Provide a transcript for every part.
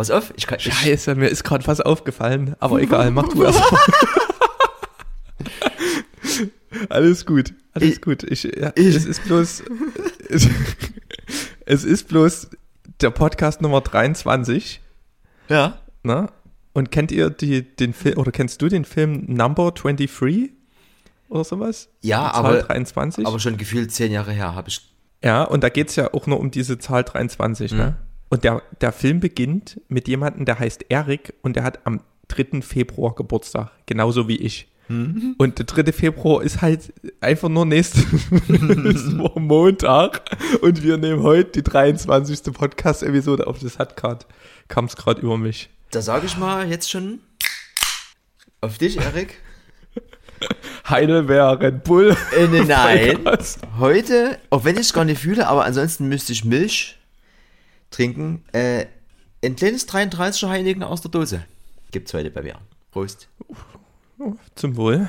Pass auf, Scheiße, mir ist gerade was aufgefallen, aber egal, mach du erst mal. Alles gut. Es ist bloß der Podcast Nummer 23. Ja. Ne? Und kennt ihr den Film, oder kennst du den Film Number 23 oder sowas? Ja, die Zahl 23? Aber schon gefühlt 10 Jahre her habe ich. Ja, und da geht es ja auch nur um diese Zahl 23, ne? Und der Film beginnt mit jemandem, der heißt Erik und der hat am 3. Februar Geburtstag, genauso wie ich. Und der 3. Februar ist halt einfach nur nächste Montag und wir nehmen heute die 23. Podcast-Episode auf. Kam es gerade über mich. Da sage ich mal jetzt schon auf dich, Erik. Heidelbeer, Red Bull. Nein, heute, auch wenn ich es gar nicht fühle, aber ansonsten müsste ich Milch trinken. Ein kleines 33er Heineken aus der Dose gibt's heute bei mir. Prost. Zum Wohl.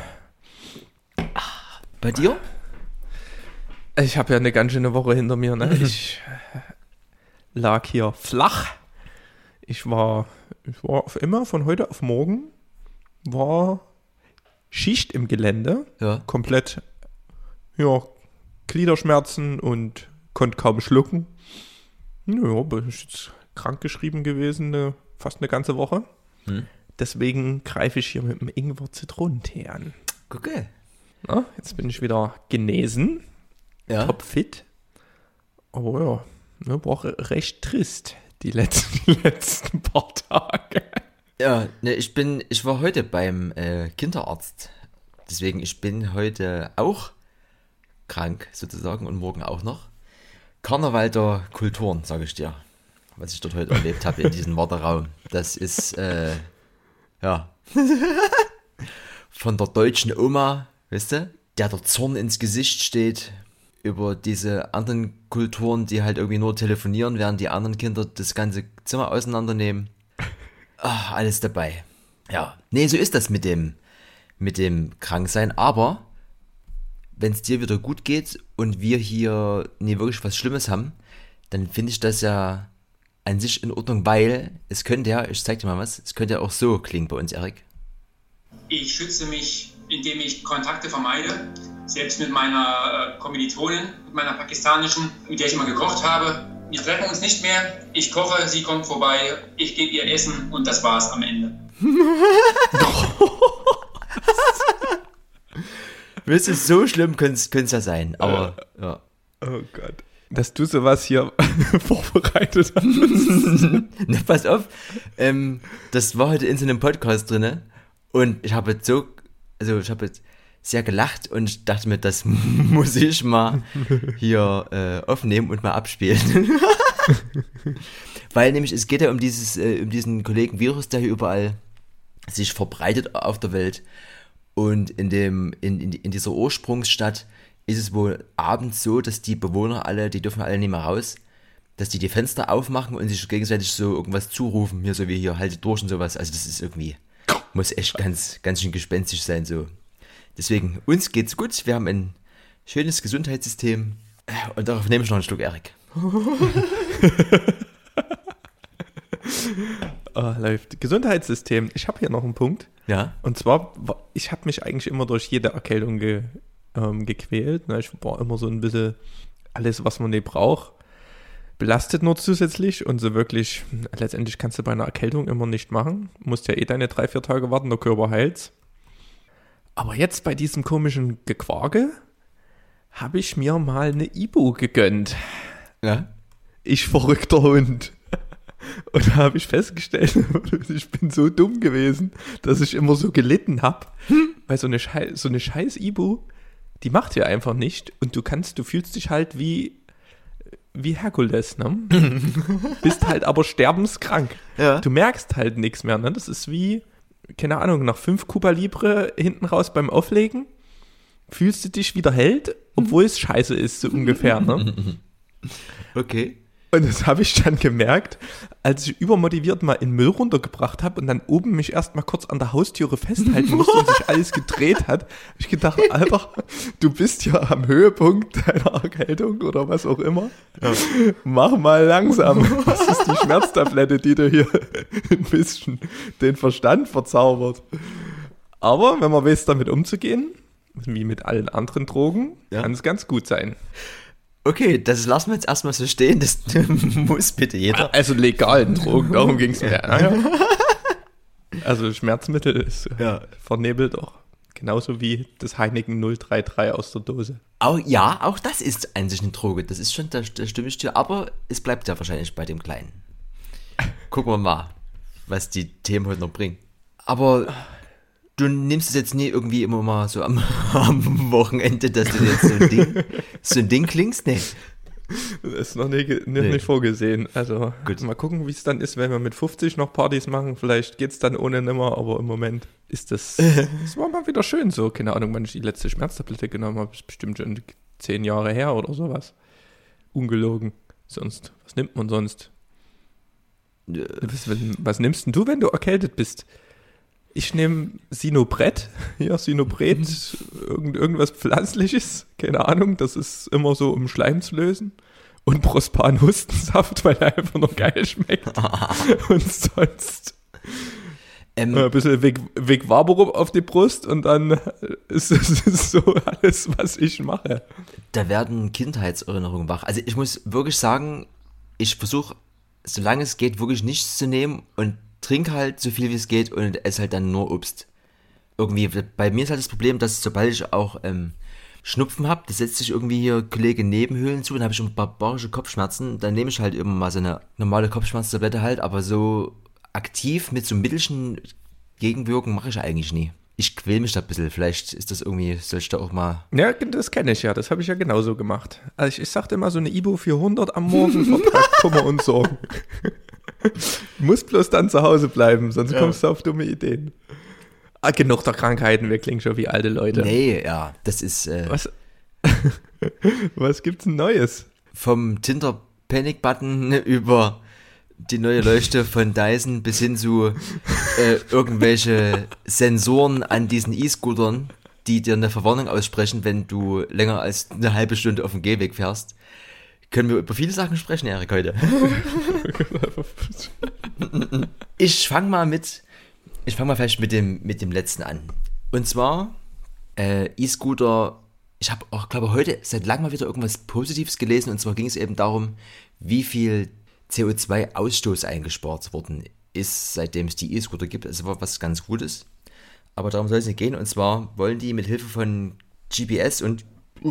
Bei dir? Ich habe ja eine ganz schöne Woche hinter mir. Ne? Ich lag hier flach. Ich war auf immer von heute auf morgen war Schicht im Gelände. Ja. Komplett, Gliederschmerzen und konnte kaum schlucken. Ja, bin ich jetzt krank geschrieben gewesen, fast eine ganze Woche. Deswegen greife ich hier mit dem Ingwer-Zitronentee an. Okay. Na, jetzt bin ich wieder genesen, topfit. Aber ja, war recht trist die letzten paar Tage. Ja, ne, ich war heute beim Kinderarzt. Deswegen, ich bin heute auch krank sozusagen und morgen auch noch. Karneval der Kulturen, sage ich dir. Was ich dort heute erlebt habe in diesem Warteraum. Das ist, von der deutschen Oma, weißt du, der Zorn ins Gesicht steht über diese anderen Kulturen, die halt irgendwie nur telefonieren, während die anderen Kinder das ganze Zimmer auseinandernehmen. Alles dabei. Ja, nee, so ist das mit dem Kranksein, aber wenn es dir wieder gut geht und wir hier nie wirklich was Schlimmes haben, dann finde ich das ja an sich in Ordnung, weil es könnte ja, ich zeig dir mal was, es könnte ja auch so klingen bei uns, Erik. Ich schütze mich, indem ich Kontakte vermeide, selbst mit meiner Kommilitonin, mit meiner pakistanischen, mit der ich immer gekocht habe. Wir treffen uns nicht mehr, ich koche, sie kommt vorbei, ich gebe ihr Essen und das war's am Ende. Weißt du, so schlimm könnte es ja sein, aber ja. Oh Gott. Dass du sowas hier vorbereitet hast. Na, pass auf, das war heute in so einem Podcast drin und ich habe jetzt sehr gelacht und ich dachte mir, das muss ich mal hier aufnehmen und mal abspielen. Weil nämlich es geht ja um diesen Kollegen Virus, der hier überall sich verbreitet auf der Welt. Und in dieser Ursprungsstadt ist es wohl abends so, dass die Bewohner die dürfen alle nicht mehr raus, dass die Fenster aufmachen und sich gegenseitig so irgendwas zurufen, hier so wie hier, haltet durch und sowas. Also das ist irgendwie, muss echt ganz, ganz schön gespenstisch sein so. Deswegen, uns geht's gut, wir haben ein schönes Gesundheitssystem und darauf nehme ich noch einen Schluck, Erik. Läuft. Gesundheitssystem. Ich habe hier noch einen Punkt. Ja. Und zwar, ich habe mich eigentlich immer durch jede Erkältung gequält. Ne? Ich war immer so ein bisschen alles, was man nicht braucht. Belastet nur zusätzlich und so wirklich, letztendlich kannst du bei einer Erkältung immer nicht machen. Du musst ja deine 3-4 Tage warten, der Körper heilt's. Aber jetzt bei diesem komischen Gequarge habe ich mir mal eine Ibu gegönnt. Ja. Ich verrückter Hund. Und da habe ich festgestellt, ich bin so dumm gewesen, dass ich immer so gelitten habe. Weil so eine scheiß Ibu, die macht ja einfach nicht. Und du fühlst dich halt wie Herkules, ne? Bist halt aber sterbenskrank. Ja. Du merkst halt nichts mehr, ne? Das ist wie, keine Ahnung, nach 5 Cuba Libre hinten raus beim Auflegen, fühlst du dich wieder Held, obwohl es scheiße ist, so ungefähr, ne? Okay. Und das habe ich dann gemerkt, als ich übermotiviert mal in Müll runtergebracht habe und dann oben mich erst mal kurz an der Haustüre festhalten musste und sich alles gedreht hat, habe ich gedacht, Alter, du bist ja am Höhepunkt deiner Erkältung oder was auch immer. Ja. Mach mal langsam. Das ist die Schmerztablette, die dir hier ein bisschen den Verstand verzaubert. Aber wenn man weiß, damit umzugehen, wie mit allen anderen Drogen, kann es ganz gut sein. Okay, das lassen wir jetzt erstmal so stehen, das muss bitte jeder. Also legalen Drogen, darum ging es mir. Ja. Also Schmerzmittel ist vernebelt auch. Genauso wie das Heineken 033 aus der Dose. Auch das ist an sich eine Droge, das ist schon, da stimme ich dir, aber es bleibt ja wahrscheinlich bei dem Kleinen. Gucken wir mal, was die Themen heute noch bringen. Aber du nimmst es jetzt nie irgendwie immer mal so am Wochenende, dass du jetzt so ein Ding klingst? Nee. Das ist noch nicht vorgesehen. Also gut. Mal gucken, wie es dann ist, wenn wir mit 50 noch Partys machen. Vielleicht geht es dann ohne nimmer, aber im Moment ist das war mal wieder schön so. Keine Ahnung, wann ich die letzte Schmerztablette genommen habe. Das ist bestimmt schon 10 Jahre her oder sowas. Ungelogen. Sonst, was nimmt man sonst? Was nimmst denn du, wenn du erkältet bist? Ich nehme Sinopret, irgendwas Pflanzliches, keine Ahnung, das ist immer so, um Schleim zu lösen. Und Prospan-Hustensaft, weil er einfach noch geil schmeckt. Und sonst ein bisschen Weg Vaporub auf die Brust und dann ist es so alles, was ich mache. Da werden Kindheitserinnerungen wach. Also ich muss wirklich sagen, ich versuche, solange es geht, wirklich nichts zu nehmen und trink halt so viel wie es geht und esse halt dann nur Obst. Irgendwie, bei mir ist halt das Problem, dass sobald ich auch Schnupfen habe, das setzt sich irgendwie hier Kollege Nebenhöhlen zu, dann habe ich schon barbarische Kopfschmerzen, dann nehme ich halt immer mal so eine normale Kopfschmerztablette halt, aber so aktiv mit so Mittelchen gegenwirken mache ich eigentlich nie. Ich quäl mich da ein bisschen, vielleicht ist das irgendwie, soll ich da auch mal... Ja, das kenne ich ja, das habe ich ja genauso gemacht. Also ich sagte immer, so eine Ibo 400 am Morgen vertreibt Kummer und Sorgen. Muss bloß dann zu Hause bleiben, sonst kommst du auf dumme Ideen. Genug der Krankheiten, wir klingen schon wie alte Leute. Nee, ja, das ist... Was gibt's denn Neues? Vom Tinder-Panic-Button über die neue Leuchte von Dyson bis hin zu irgendwelche Sensoren an diesen E-Scootern, die dir eine Verwarnung aussprechen, wenn du länger als eine halbe Stunde auf dem Gehweg fährst. Können wir über viele Sachen sprechen, Erik, heute? Ich fange mal vielleicht mit dem letzten an. Und zwar E-Scooter. Ich habe auch, glaube ich, heute seit langem mal wieder irgendwas Positives gelesen. Und zwar ging es eben darum, wie viel CO2-Ausstoß eingespart worden ist, seitdem es die E-Scooter gibt. Das war was ganz Gutes. Aber darum soll es nicht gehen. Und zwar wollen die mit Hilfe von GPS und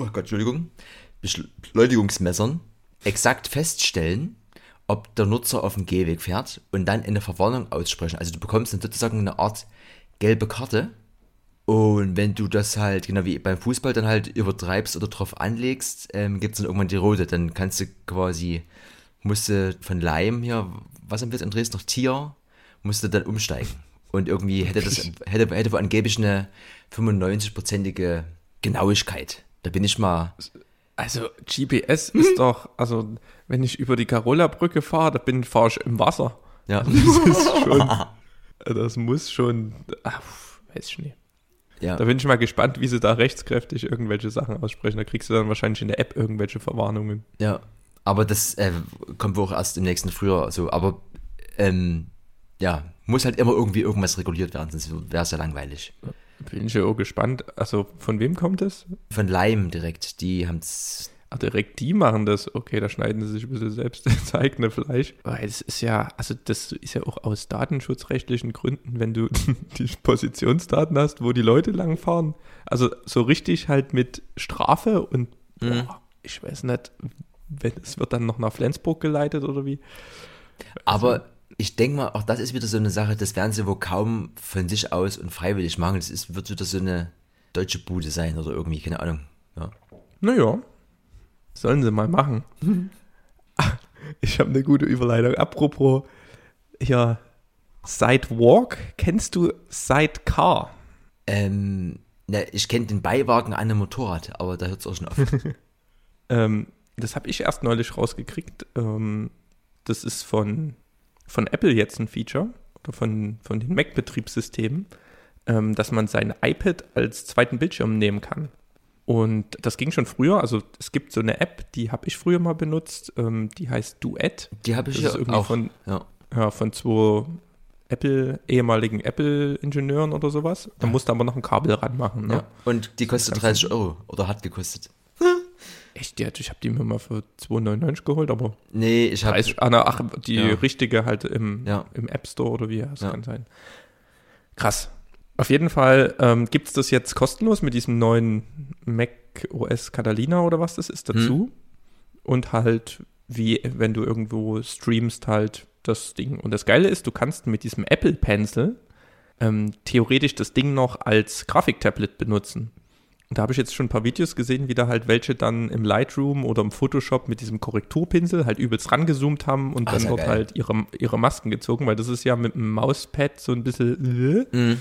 Beschleunigungsmessern exakt feststellen, ob der Nutzer auf dem Gehweg fährt und dann eine Verwarnung aussprechen. Also du bekommst dann sozusagen eine Art gelbe Karte und wenn du das halt, genau wie beim Fußball, dann halt übertreibst oder drauf anlegst, gibt es dann irgendwann die rote. Dann kannst du musst du von Leim hier, was am Witz, Andreas, noch Tier, musst du dann umsteigen. Und irgendwie hätte wohl angeblich eine 95%ige Genauigkeit. Da bin ich mal... Also GPS ist doch, also wenn ich über die Carola-Brücke fahre, fahre ich im Wasser. Ja. Das muss schon, weiß ich nicht. Ja. Da bin ich mal gespannt, wie sie da rechtskräftig irgendwelche Sachen aussprechen. Da kriegst du dann wahrscheinlich in der App irgendwelche Verwarnungen. Ja, aber das kommt wohl auch erst im nächsten Frühjahr so. Aber muss halt immer irgendwie irgendwas reguliert werden, sonst wäre es ja langweilig. Bin ich ja auch gespannt. Also, von wem kommt das? Von Lime direkt. Die haben es. Ach, direkt die machen das. Okay, da schneiden sie sich ein bisschen selbst ins eigene Fleisch. Weil das ist ja auch aus datenschutzrechtlichen Gründen, wenn du die Positionsdaten hast, wo die Leute langfahren. Also, so richtig halt mit Strafe und, ich weiß nicht, es wird dann noch nach Flensburg geleitet oder wie. Aber ich denke mal, auch das ist wieder so eine Sache, das werden sie wohl kaum von sich aus und freiwillig machen. Das wird wieder so eine deutsche Bude sein oder irgendwie, keine Ahnung. Ja. Naja, sollen sie mal machen. Ich habe eine gute Überleitung. Apropos, Sidewalk, kennst du Sidecar? Ich kenne den Beiwagen an einem Motorrad, aber da hört es auch schon auf. Das habe ich erst neulich rausgekriegt. Das ist von Apple jetzt ein Feature oder von den Mac-Betriebssystemen, dass man sein iPad als zweiten Bildschirm nehmen kann. Und das ging schon früher. Also es gibt so eine App, die habe ich früher mal benutzt, die heißt Duett. Die habe ich das ist irgendwie auch von zwei ehemaligen Apple-Ingenieuren oder sowas. Da musst du aber noch ein Kabel ranmachen. Ne? Ja. Und die kostet 30 Euro oder hat gekostet. Echt? Ja, ich habe die mir mal für 2,99 geholt, aber nee, ich habe richtige halt im App Store oder wie, das kann sein. Krass. Auf jeden Fall gibt es das jetzt kostenlos mit diesem neuen Mac OS Catalina oder was das ist dazu. Und halt, wie wenn du irgendwo streamst, halt das Ding. Und das Geile ist, du kannst mit diesem Apple Pencil theoretisch das Ding noch als Grafiktablet benutzen. Und da habe ich jetzt schon ein paar Videos gesehen, wie da halt welche dann im Lightroom oder im Photoshop mit diesem Korrekturpinsel halt übelst rangezoomt haben und dann dort geil. Halt ihre Masken gezogen, weil das ist ja mit dem Mauspad so ein bisschen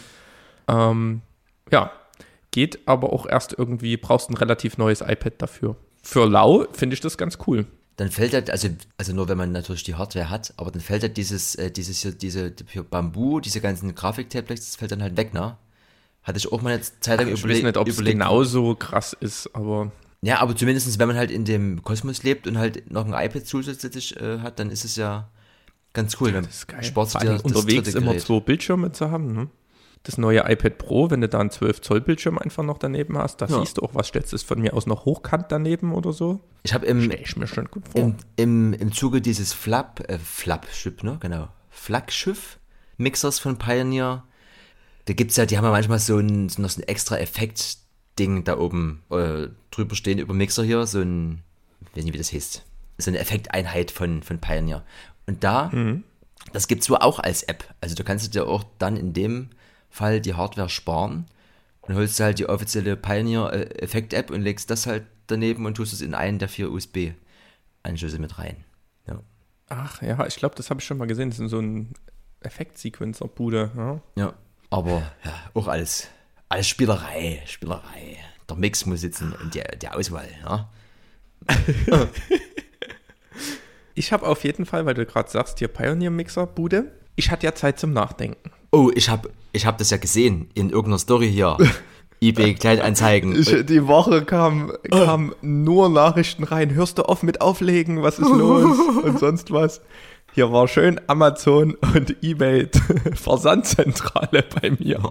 geht aber auch erst irgendwie, brauchst ein relativ neues iPad dafür. Für lau finde ich das ganz cool. Dann fällt halt, also nur wenn man natürlich die Hardware hat, aber dann fällt halt diese Bambu, diese ganzen Grafiktablets, das fällt dann halt weg, ne? Hatte ich auch mal eine Zeit lang überlegt. Ich weiß nicht, ob es genauso krass ist, aber... Ja, aber zumindest, wenn man halt in dem Kosmos lebt und halt noch ein iPad zusätzlich hat, dann ist es ja ganz cool. Das ist geil. Vor allem unterwegs immer 2 Bildschirme zu haben, ne? Das neue iPad Pro, wenn du da einen 12-Zoll-Bildschirm einfach noch daneben hast, da siehst du auch, was stellst du von mir aus noch hochkant daneben oder so. Ich habe ich mir schon gut vor. Im Zuge dieses Flaggschiff, ne? Genau. Flaggschiff-Mixers von Pioneer, da gibt's ja, die haben ja manchmal noch so ein extra Effekt-Ding da oben drüber stehen über Mixer hier, so ein, ich weiß nicht, wie das heißt, so eine Effekteinheit von Pioneer. Und das gibt's wohl auch als App. Also du kannst dir auch dann in dem Fall die Hardware sparen und holst halt die offizielle Pioneer-Effekt-App und legst das halt daneben und tust es in einen der 4 USB-Anschlüsse mit rein. Ja. Ach ja, ich glaube, das habe ich schon mal gesehen. Das ist so ein Effekt-Sequencer-Bude. Ja, aber ja, auch alles Spielerei. Der Mix muss sitzen und die Auswahl. Ja. Ich habe auf jeden Fall, weil du gerade sagst, hier Pioneer-Mixer-Bude, ich hatte ja Zeit zum Nachdenken. Oh, ich hab das ja gesehen in irgendeiner Story hier. eBay Kleinanzeigen. Die Woche kam nur Nachrichten rein. Hörst du auf mit Auflegen? Was ist los? Und sonst was. Hier war schön Amazon und eBay Versandzentrale bei mir.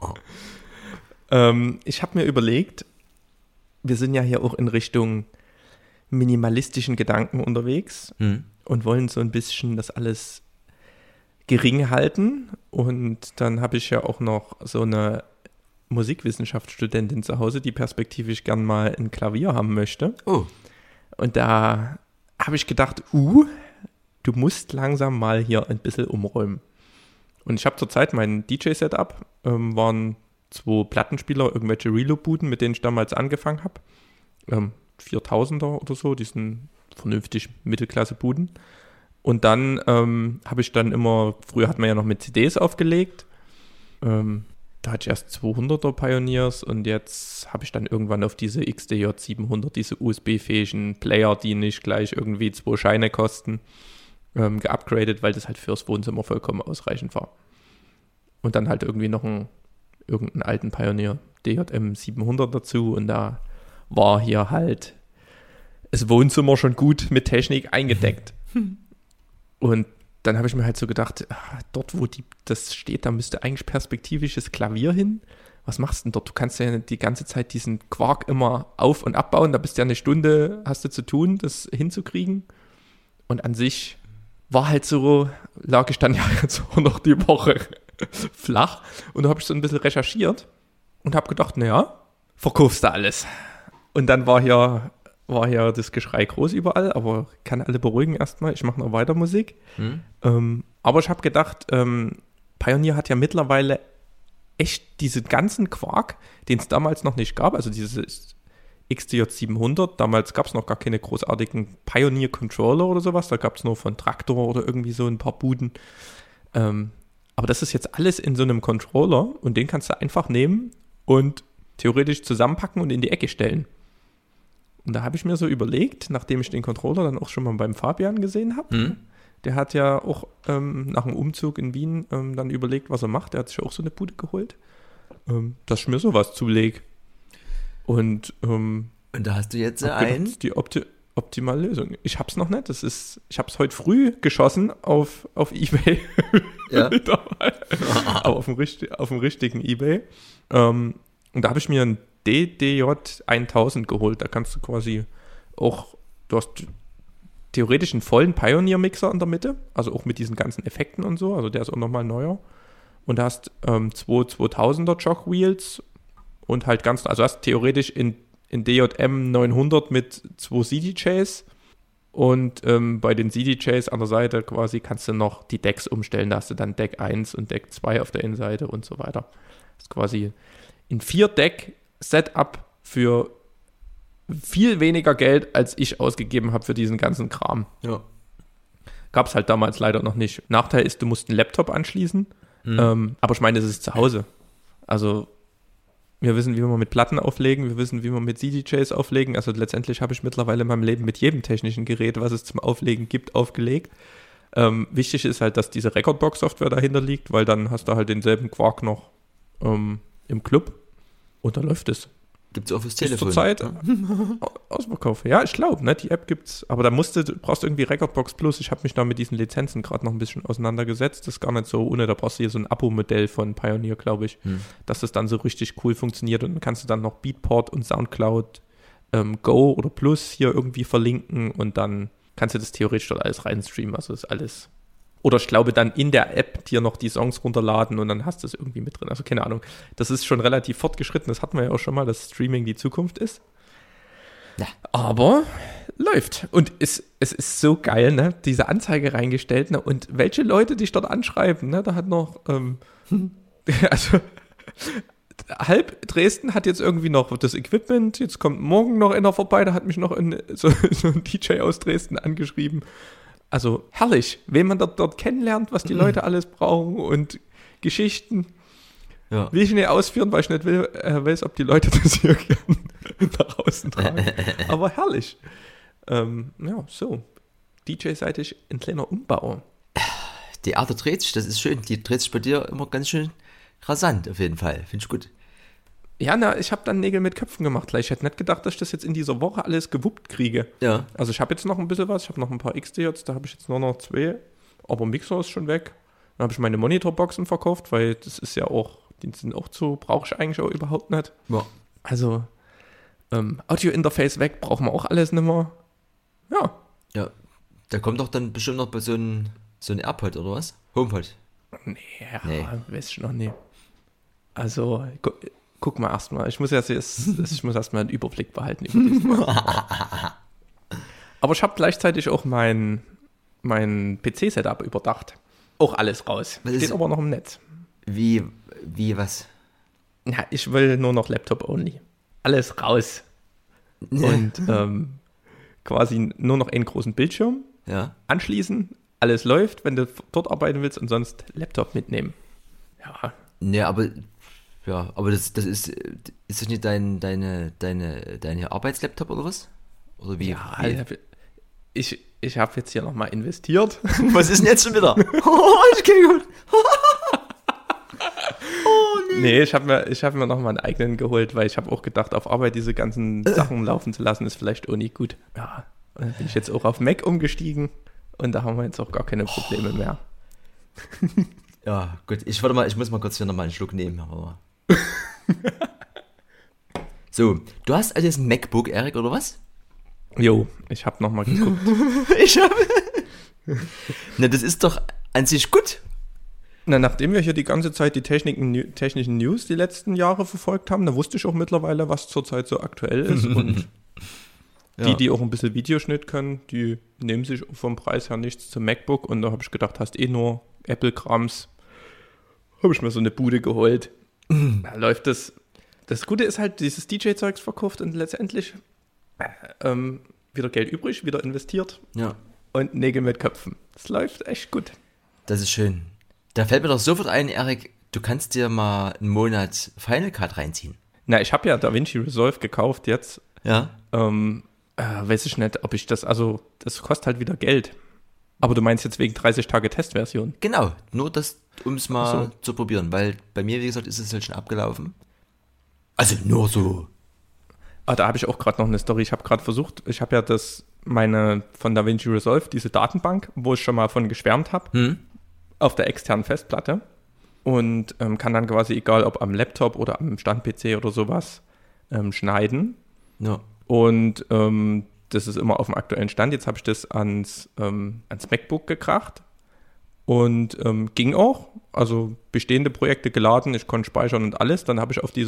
Ich habe mir überlegt, wir sind ja hier auch in Richtung minimalistischen Gedanken unterwegs und wollen so ein bisschen das alles gering halten. Und dann habe ich ja auch noch so eine Musikwissenschaftsstudentin zu Hause, die perspektivisch gern mal ein Klavier haben möchte. Oh. Und da habe ich gedacht, du musst langsam mal hier ein bisschen umräumen. Und ich habe zurzeit mein DJ-Setup, waren 2 Plattenspieler, irgendwelche Reload-Buden, mit denen ich damals angefangen habe. 4000er oder so, die sind vernünftig Mittelklasse-Buden. Und dann habe ich dann immer, früher hat man ja noch mit CDs aufgelegt, da hatte ich erst 200er Pioneers und jetzt habe ich dann irgendwann auf diese XDJ 700, diese USB-fähigen Player, die nicht gleich irgendwie 2 Scheine kosten, geupgradet, weil das halt fürs Wohnzimmer vollkommen ausreichend war. Und dann halt irgendwie noch irgendeinen alten Pioneer DJM 700 dazu und da war hier halt das Wohnzimmer schon gut mit Technik eingedeckt. Und dann habe ich mir halt so gedacht, dort, wo das steht, da müsste eigentlich perspektivisches Klavier hin. Was machst du denn dort? Du kannst ja die ganze Zeit diesen Quark immer auf- und abbauen. Da bist du ja eine Stunde, hast du zu tun, das hinzukriegen. Und an sich war halt so, lag ich dann ja jetzt auch noch die Woche flach. Und da habe ich so ein bisschen recherchiert und habe gedacht, naja, verkaufst du alles. Und dann war hier das Geschrei groß überall, aber kann alle beruhigen erstmal. Ich mache noch weiter Musik. Aber ich habe gedacht, Pioneer hat ja mittlerweile echt diesen ganzen Quark, den es damals noch nicht gab, also dieses XDJ 700, damals gab es noch gar keine großartigen Pioneer-Controller oder sowas, da gab es nur von Traktor oder irgendwie so ein paar Buden. Aber das ist jetzt alles in so einem Controller und den kannst du einfach nehmen und theoretisch zusammenpacken und in die Ecke stellen. Und da habe ich mir so überlegt, nachdem ich den Controller dann auch schon mal beim Fabian gesehen habe, der hat ja auch nach dem Umzug in Wien dann überlegt, was er macht. Der hat sich auch so eine Bude geholt, dass ich mir sowas zulege. Und da hast du jetzt die optimale Lösung. Ich hab's noch nicht. Ich hab's heute früh geschossen auf eBay. Ja. Aber auf dem richtigen eBay. Und da habe ich mir ein DDJ 1000 geholt. Da kannst du quasi auch, du hast theoretisch einen vollen Pioneer-Mixer in der Mitte, also auch mit diesen ganzen Effekten und so. Also der ist auch nochmal neuer. Und da hast 2000er Jog-Wheels und halt also hast theoretisch in DJM 900 mit 2 CDJs und bei den CDJs an der Seite quasi kannst du noch die Decks umstellen. Da hast du dann Deck 1 und Deck 2 auf der Innenseite und so weiter. Das ist quasi ein 4-Deck-Setup für viel weniger Geld, als ich ausgegeben habe für diesen ganzen Kram. Ja. Gab es halt damals leider noch nicht. Nachteil ist, du musst einen Laptop anschließen, aber ich meine, das ist zu Hause. Also wir wissen, wie wir mit Platten auflegen, wir wissen, wie wir mit CDJs auflegen. Also letztendlich habe ich mittlerweile in meinem Leben mit jedem technischen Gerät, was es zum Auflegen gibt, aufgelegt. Wichtig ist halt, dass diese Recordbox-Software dahinter liegt, weil dann hast du halt denselben Quark noch im Club und da läuft es. Gibt es auch fürs Telefon? Zur Zeit Ausverkauf. Ja, ich glaube, ne, die App gibt's. Aber da du brauchst irgendwie Recordbox Plus. Ich habe mich da mit diesen Lizenzen gerade noch ein bisschen auseinandergesetzt. Das ist gar nicht so ohne. Da brauchst du hier so ein Abo-Modell von Pioneer, glaube ich, dass das dann so richtig cool funktioniert. Und dann kannst du dann noch Beatport und Soundcloud Go oder Plus hier irgendwie verlinken und dann kannst du das theoretisch dort alles reinstreamen. Also das ist alles. Oder ich glaube dann in der App dir noch die Songs runterladen und dann hast du es irgendwie mit drin. Also keine Ahnung. Das ist schon relativ fortgeschritten. Das hatten wir ja auch schon mal, dass Streaming die Zukunft ist. Ja. Aber läuft. Und es ist so geil, ne? Diese Anzeige reingestellt, ne? Und welche Leute dich dort anschreiben, ne? Da hat noch, also halb Dresden hat jetzt irgendwie noch das Equipment. Jetzt kommt morgen noch einer vorbei. Da hat mich noch so ein DJ aus Dresden angeschrieben. Also herrlich, wen man dort kennenlernt, was die Leute alles brauchen und Geschichten. Ja. Will ich nicht ausführen, weil ich nicht weiß, ob die Leute das hier gerne nach außen tragen. Aber herrlich. Ja, so. DJ-seitig ein kleiner Umbau. Die Arte dreht sich, das ist schön. Die dreht sich bei dir immer ganz schön rasant, auf jeden Fall. Finde ich gut. Ja, ich habe dann Nägel mit Köpfen gemacht. Ich hätte nicht gedacht, dass ich das jetzt in dieser Woche alles gewuppt kriege. Ja. Also ich habe jetzt noch ein bisschen was. Ich habe noch ein paar XDJs, da habe ich jetzt nur noch 2. Aber Mixer ist schon weg. Dann habe ich meine Monitorboxen verkauft, weil das ist ja auch, die sind auch zu, brauche ich eigentlich auch überhaupt nicht. Ja. Also Audio-Interface weg, brauchen wir auch alles nicht mehr. Ja. Ja, da kommt doch dann bestimmt noch bei so ein AirPod oder was? HomePod? Nee. Weiß ich noch nicht. Also, guck mal erstmal. Ich muss erstmal einen Überblick behalten über dieses Aber ich habe gleichzeitig auch mein PC-Setup überdacht. Auch alles raus. Steht aber noch im Netz. Wie was? Ja, ich will nur noch Laptop-only. Alles raus. Und quasi nur noch einen großen Bildschirm. Ja. Anschließen. Alles läuft, wenn du dort arbeiten willst und sonst Laptop mitnehmen. Ja. Ja, aber das ist das nicht deine Arbeitslaptop oder was? Oder wie? Ja, ich habe jetzt hier nochmal investiert. Was ist denn jetzt schon wieder? Okay, gut. Nee, ich hab mir nochmal einen eigenen geholt, weil ich habe auch gedacht, auf Arbeit diese ganzen Sachen laufen zu lassen, ist vielleicht auch nicht gut. Ja, und dann bin ich jetzt auch auf Mac umgestiegen und da haben wir jetzt auch gar keine Probleme mehr. Ja, gut. Ich muss mal kurz hier nochmal einen Schluck nehmen. Aber so, du hast also jetzt ein MacBook, Erik, oder was? Jo, ich habe nochmal geguckt. Na, das ist doch an sich gut. Na, nachdem wir hier die ganze Zeit die technischen News die letzten Jahre verfolgt haben, da wusste ich auch mittlerweile, was zurzeit so aktuell ist. Und ja. die auch ein bisschen Videoschnitt können, die nehmen sich vom Preis her nichts zum MacBook. Und da habe ich gedacht, hast nur Apple-Krams. Habe ich mir so eine Bude geholt. Da läuft das. Das Gute ist halt, dieses DJ-Zeugs verkauft und letztendlich wieder Geld übrig, wieder investiert. Ja. Und Nägel mit Köpfen. Das läuft echt gut. Das ist schön. Da fällt mir doch sofort ein, Erik, du kannst dir mal einen Monat Final Cut reinziehen. Na, ich habe ja DaVinci Resolve gekauft jetzt. Ja. Weiß ich nicht, ob ich das, also das kostet halt wieder Geld. Aber du meinst jetzt wegen 30 Tage Testversion? Genau, nur das, um es mal So. zu probieren, weil bei mir, wie gesagt, ist es halt schon abgelaufen. Also nur so. Da habe ich auch gerade noch eine Story. Ich habe gerade versucht, ich habe ja meine von DaVinci Resolve, diese Datenbank, wo ich schon mal von geschwärmt habe, auf der externen Festplatte und kann dann quasi, egal ob am Laptop oder am Stand-PC oder sowas, schneiden. Ja. Und das ist immer auf dem aktuellen Stand. Jetzt habe ich das ans MacBook gekracht und ging auch. Also bestehende Projekte geladen, ich konnte speichern und alles. Dann habe ich auf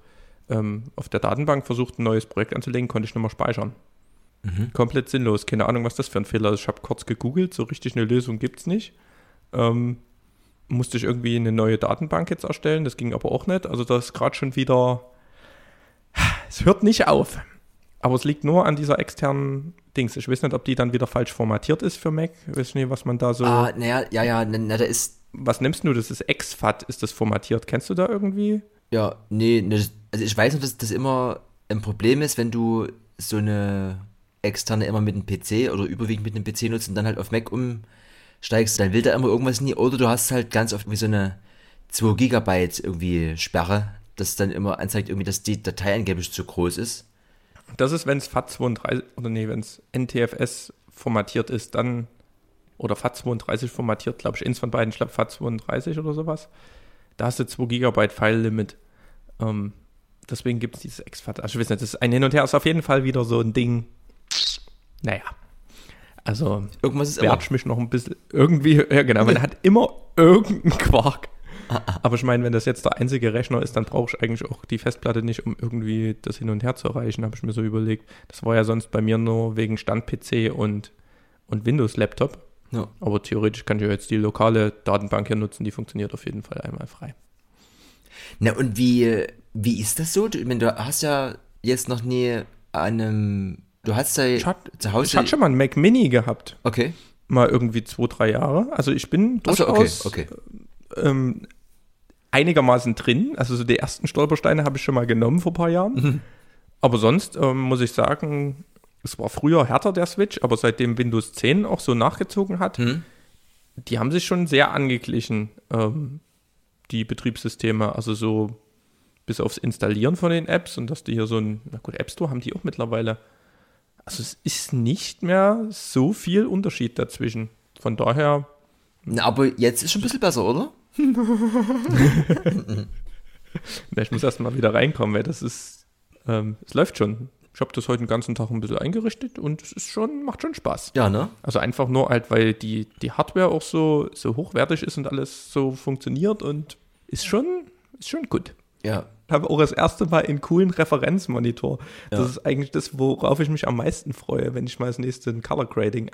der Datenbank versucht, ein neues Projekt anzulegen, konnte ich nicht mehr speichern. Komplett sinnlos. Keine Ahnung, was das für ein Fehler ist. Ich habe kurz gegoogelt, so richtig eine Lösung gibt es nicht. Musste ich irgendwie eine neue Datenbank jetzt erstellen, das ging aber auch nicht. Also das ist gerade schon wieder, es hört nicht auf. Aber es liegt nur an dieser externen Dings. Ich weiß nicht, ob die dann wieder falsch formatiert ist für Mac. Ich weiß nicht, was man da so... Da ist... Was nimmst du? Das ist exFAT, ist das formatiert. Kennst du da irgendwie? Ja, also ich weiß nur, dass das immer ein Problem ist, wenn du so eine externe immer mit einem PC oder überwiegend mit einem PC nutzt und dann halt auf Mac umsteigst, dann will da immer irgendwas nie, oder du hast halt ganz oft wie so eine 2 Gigabyte irgendwie Sperre, das dann immer anzeigt, irgendwie, dass die Datei angeblich zu groß ist. Das ist, wenn es FAT32, oder nee, wenn es NTFS formatiert ist, dann, oder FAT32 formatiert, glaube ich, eins von beiden, ich glaube FAT32 oder sowas. Da hast du 2 Gigabyte File-Limit. Deswegen gibt es dieses exFAT. Also ich weiß nicht, das ist ein Hin und Her, ist auf jeden Fall wieder so ein Ding. Naja. Also, irgendwas ist werde ich mich noch ein bisschen irgendwie, ja genau, man hat immer irgendeinen Quark. Aber ich meine, wenn das jetzt der einzige Rechner ist, dann brauche ich eigentlich auch die Festplatte nicht, um irgendwie das hin und her zu erreichen, habe ich mir so überlegt. Das war ja sonst bei mir nur wegen Stand-PC und Windows-Laptop. Ja. Aber theoretisch kann ich ja jetzt die lokale Datenbank hier nutzen, die funktioniert auf jeden Fall einmal frei. Na und wie ist das so? Du hast ja jetzt noch nie du hast ja zu Hause... Ich hatte schon mal einen Mac Mini gehabt. Okay. Mal irgendwie 2-3 Jahre. Also ich bin durchaus okay. Einigermaßen drin. Also so die ersten Stolpersteine habe ich schon mal genommen vor ein paar Jahren. Aber sonst muss ich sagen, es war früher härter der Switch, aber seitdem Windows 10 auch so nachgezogen hat, die haben sich schon sehr angeglichen, die Betriebssysteme. Also so bis aufs Installieren von den Apps und dass die hier so App Store haben die auch mittlerweile. Also es ist nicht mehr so viel Unterschied dazwischen. Von daher... Na, aber jetzt ist schon ein bisschen besser, oder? Ich muss erst mal wieder reinkommen, weil das ist, es läuft schon. Ich habe das heute den ganzen Tag ein bisschen eingerichtet und es ist macht schon Spaß. Ja, ne? Also einfach nur halt, weil die Hardware auch so hochwertig ist und alles so funktioniert und ist schon gut. Ja. Ich habe auch das erste Mal einen coolen Referenzmonitor. Das ist eigentlich das, worauf ich mich am meisten freue, wenn ich mal das nächste Color Grading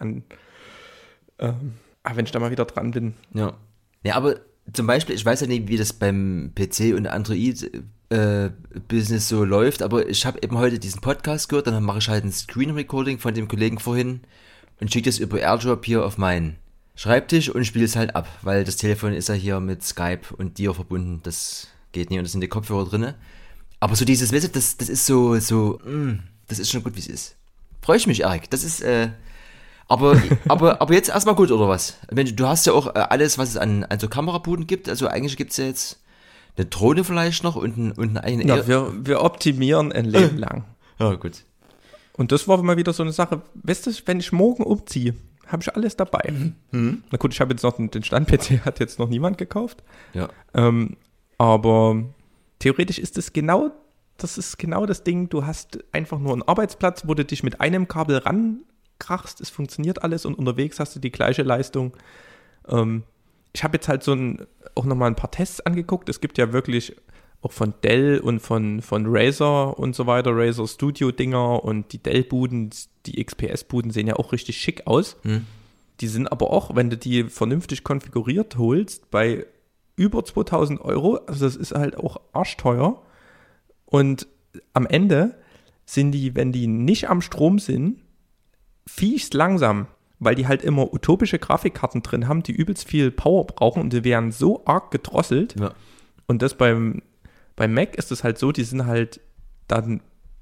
wenn ich da mal wieder dran bin. Ja. Ja, aber zum Beispiel, ich weiß ja nicht, wie das beim PC und Android-Business so läuft, aber ich habe eben heute diesen Podcast gehört, dann mache ich halt ein Screen Recording von dem Kollegen vorhin und schicke das über AirDrop hier auf meinen Schreibtisch und spiele es halt ab, weil das Telefon ist ja hier mit Skype und dir verbunden, das geht nicht und das sind die Kopfhörer drin. Aber so dieses, weißt du, das ist so, das ist schon gut, wie es ist. Freue ich mich, Erik, das ist, aber jetzt erstmal gut, oder was? Du hast ja auch alles, was es an so Kamerabuden gibt. Also eigentlich gibt es ja jetzt eine Drohne vielleicht noch und eine eigene... Ja, wir optimieren ein Leben lang. Ja, gut. Und das war mal wieder so eine Sache. Weißt du, wenn ich morgen umziehe, habe ich alles dabei. Na gut, ich habe jetzt noch den Stand-PC, hat jetzt noch niemand gekauft. Ja. Aber theoretisch ist das genau das Ding. Du hast einfach nur einen Arbeitsplatz, wo du dich mit einem Kabel rankrachst. Es funktioniert alles und unterwegs hast du die gleiche Leistung. Ich habe jetzt halt auch nochmal ein paar Tests angeguckt. Es gibt ja wirklich auch von Dell und von Razer und so weiter, Razer Studio-Dinger und die Dell-Buden, die XPS-Buden sehen ja auch richtig schick aus. Die sind aber auch, wenn du die vernünftig konfiguriert holst, bei über 2000 Euro, also das ist halt auch arschteuer. Und am Ende sind die, wenn die nicht am Strom sind, fies langsam, weil die halt immer utopische Grafikkarten drin haben, die übelst viel Power brauchen und die werden so arg gedrosselt. Ja. Und das beim Mac ist es halt so, die sind halt dann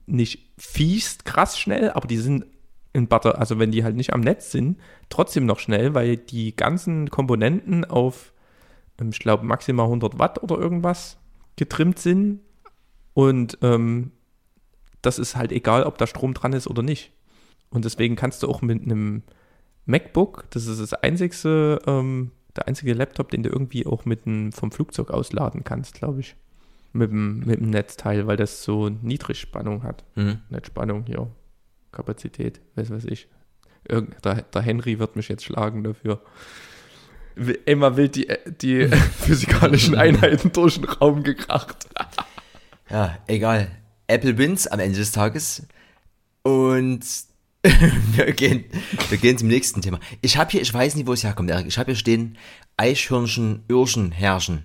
nicht fies krass schnell, aber die sind also wenn die halt nicht am Netz sind, trotzdem noch schnell, weil die ganzen Komponenten auf, ich glaube, maximal 100 Watt oder irgendwas getrimmt sind. Und das ist halt egal, ob da Strom dran ist oder nicht. Und deswegen kannst du auch mit einem MacBook, das ist der einzige Laptop, den du irgendwie auch vom Flugzeug ausladen kannst, glaube ich. Mit dem Netzteil, weil das so Niedrigspannung hat. Netzspannung, ja. Kapazität, weiß ich. Der Henry wird mich jetzt schlagen dafür. Immer wild die physikalischen Einheiten durch den Raum gekracht. Ja, egal. Apple wins am Ende des Tages. Und wir gehen zum nächsten Thema. Ich weiß nicht, wo es herkommt, Erik. Ich habe hier stehen, Eichhörnchen, Öhrchen herrschen.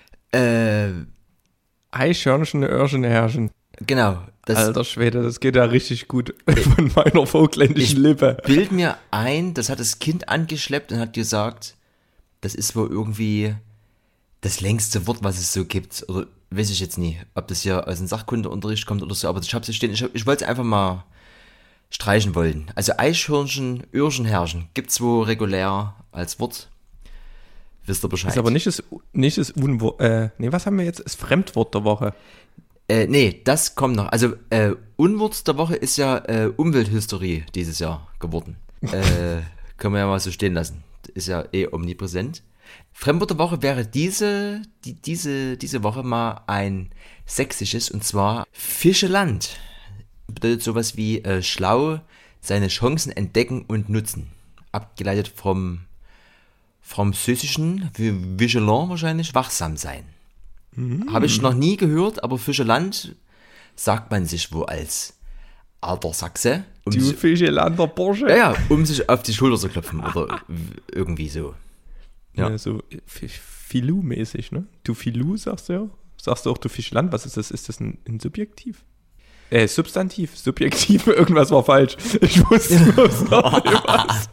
Eichhörnchen, Öhrchen herrschen. Genau. Alter Schwede, das geht ja richtig gut von meiner vogtländischen Lippe. Ich bild mir ein, das hat das Kind angeschleppt und hat gesagt, das ist wohl irgendwie das längste Wort, was es so gibt. Oder weiß ich jetzt nie, ob das hier aus dem Sachkundeunterricht kommt oder so, aber ich habe es stehen. Ich wollte es einfach mal streichen wollen. Also Eichhörnchen, Öhrchen herrschen, gibt's wohl regulär als Wort. Wisst ihr Bescheid. Ist aber nicht das Unwort, was haben wir jetzt? Das Fremdwort der Woche. Nee, das kommt noch. Also Unwort der Woche ist ja Umwelthysterie dieses Jahr geworden. Können wir ja mal so stehen lassen. Ist ja omnipräsent. Fremdwort der Woche wäre diese Woche mal ein sächsisches, und zwar Fischeland. Bedeutet sowas wie schlau, seine Chancen entdecken und nutzen. Abgeleitet vom Französischen, für vigilant wahrscheinlich, wachsam sein. Habe ich noch nie gehört, aber Fischeland sagt man sich wohl als alter Sachse. Du Fischelander Bursche. Ja, um sich auf die Schulter zu klopfen oder irgendwie so. Ja, so Filou-mäßig, ne? Du Filou sagst du ja. Sagst du auch du Fischland? Was ist das? Ist das ein Subjektiv? Substantiv. Subjektiv, irgendwas war falsch. Ich wusste was.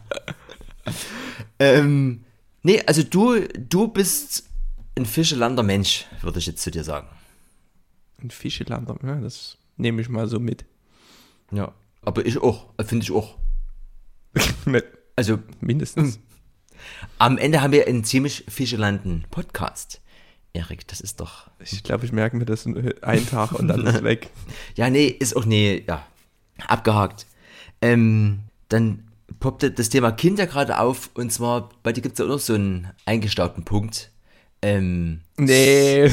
Nee, also du bist ein Fischelander Mensch, würde ich jetzt zu dir sagen. Ein Fischelander, ja, das nehme ich mal so mit. Ja, aber ich auch, finde ich auch. Also mindestens. Am Ende haben wir einen ziemlich Fischelanden Podcast. Erik, das ist doch... Ich glaube, ich merke mir das einen Tag und dann ist weg. Ja, abgehakt. Dann poppte das Thema Kinder gerade auf, und zwar, bei dir gibt es ja auch noch so einen eingestaubten Punkt. Nee,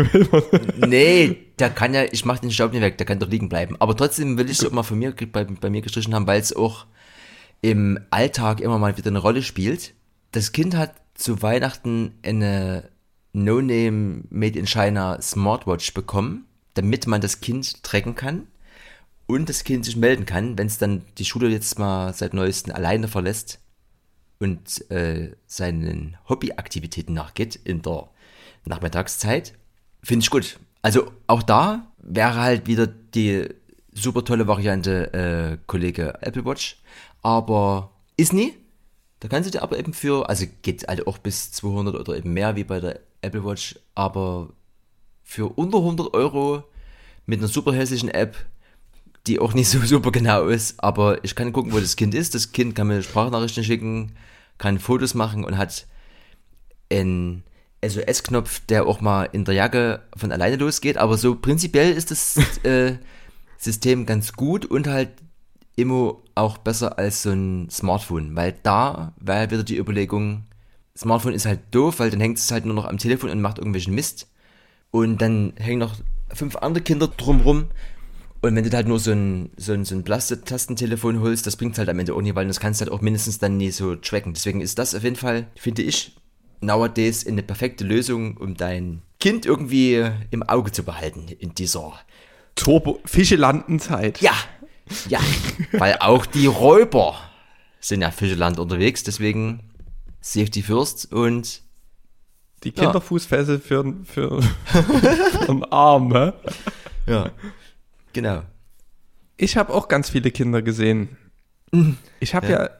der kann ja, ich mach den Staub nicht weg, der kann doch liegen bleiben. Aber trotzdem will ich es auch mal bei mir gestrichen haben, weil es auch im Alltag immer mal wieder eine Rolle spielt. Das Kind hat zu Weihnachten eine No-Name Made in China Smartwatch bekommen, damit man das Kind tracken kann und das Kind sich melden kann, wenn es dann die Schule jetzt mal seit Neuestem alleine verlässt und seinen Hobbyaktivitäten nachgeht in der Nachmittagszeit. Finde ich gut. Also auch da wäre halt wieder die super tolle Variante Kollege Apple Watch, aber ist nie. Da kannst du dir aber eben also geht halt auch bis 200 oder eben mehr wie bei der Apple Watch, aber für unter 100 € mit einer super hässlichen App, die auch nicht so super genau ist, aber ich kann gucken, wo das Kind ist. Das Kind kann mir Sprachnachrichten schicken, kann Fotos machen und hat einen SOS-Knopf, der auch mal in der Jacke von alleine losgeht, aber so prinzipiell ist das System ganz gut und halt immer auch besser als so ein Smartphone, weil da wäre wieder die Überlegung, Smartphone ist halt doof, weil dann hängt es halt nur noch am Telefon und macht irgendwelchen Mist und dann hängen noch 5 andere Kinder drumrum und wenn du halt nur so ein Plastik-Tastentelefon holst, das bringt halt am Ende auch nicht, weil das kannst du halt auch mindestens dann nie so tracken. Deswegen ist das auf jeden Fall, finde ich, nowadays eine perfekte Lösung, um dein Kind irgendwie im Auge zu behalten in dieser Turbo-Fischelandenzeit. Ja, weil auch die Räuber sind ja Fischeland unterwegs, deswegen Safety first und die Kinderfußfessel für den Arm, hä? Ja, genau. Ich habe auch ganz viele Kinder gesehen. Ich habe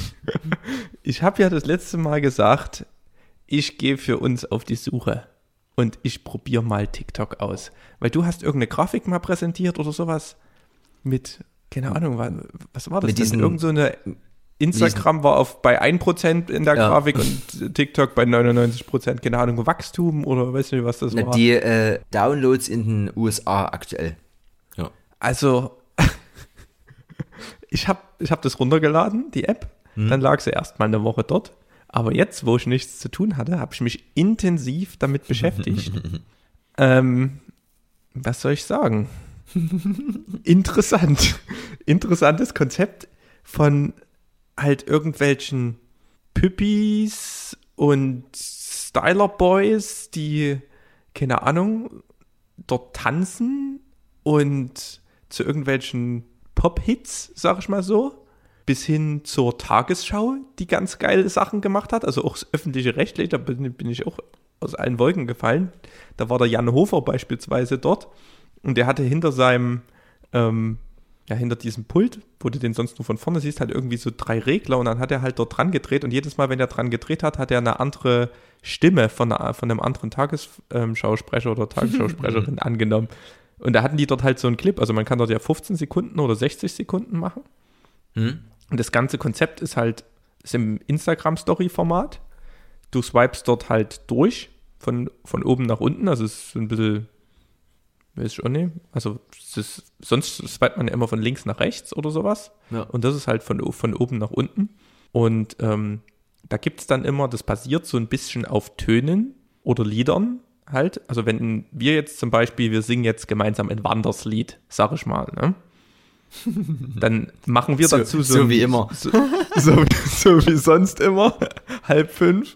ja das letzte Mal gesagt, ich gehe für uns auf die Suche und ich probiere mal TikTok aus. Weil du hast irgendeine Grafik mal präsentiert oder sowas. mit, keine Ahnung, was war das? Mit diesen- Irgend so eine Instagram war bei 1% in der Ja. Grafik und TikTok bei 99%, keine Ahnung, Wachstum oder weiß nicht, was das war. Die Downloads in den USA aktuell. Ja. Also, ich hab das runtergeladen, die App, dann lag sie erst mal eine Woche dort. Aber jetzt, wo ich nichts zu tun hatte, habe ich mich intensiv damit beschäftigt. Was soll ich sagen? Interessantes Konzept von halt irgendwelchen Püppis und Styler-Boys, die, keine Ahnung, dort tanzen und zu irgendwelchen Pop-Hits, sag ich mal so, bis hin zur Tagesschau, die ganz geile Sachen gemacht hat, also auch das öffentliche Rechtliche, da bin ich auch aus allen Wolken gefallen. Da war der Jan Hofer beispielsweise dort und der hatte hinter seinem, hinter diesem Pult, wo du den sonst nur von vorne siehst, halt irgendwie so 3 Regler und dann hat er halt dort dran gedreht und jedes Mal, wenn er dran gedreht hat, hat er eine andere Stimme von einem anderen Tagesschausprecher oder Tagesschausprecherin angenommen. Und da hatten die dort halt so einen Clip, also man kann dort ja 15 Sekunden oder 60 Sekunden machen. Und das ganze Konzept ist im Instagram-Story-Format. Du swipest dort halt durch, von oben nach unten, also es ist so ein bisschen, weiß ich auch nicht, also sonst swipet man ja immer von links nach rechts oder sowas. Ja. Und das ist halt von oben nach unten. Und da gibt es dann immer, das basiert so ein bisschen auf Tönen oder Liedern halt. Also wenn wir jetzt zum Beispiel, wir singen jetzt gemeinsam ein Wanderslied, sag ich mal, ne? Dann machen wir dazu so wie immer. So wie sonst immer, 4:30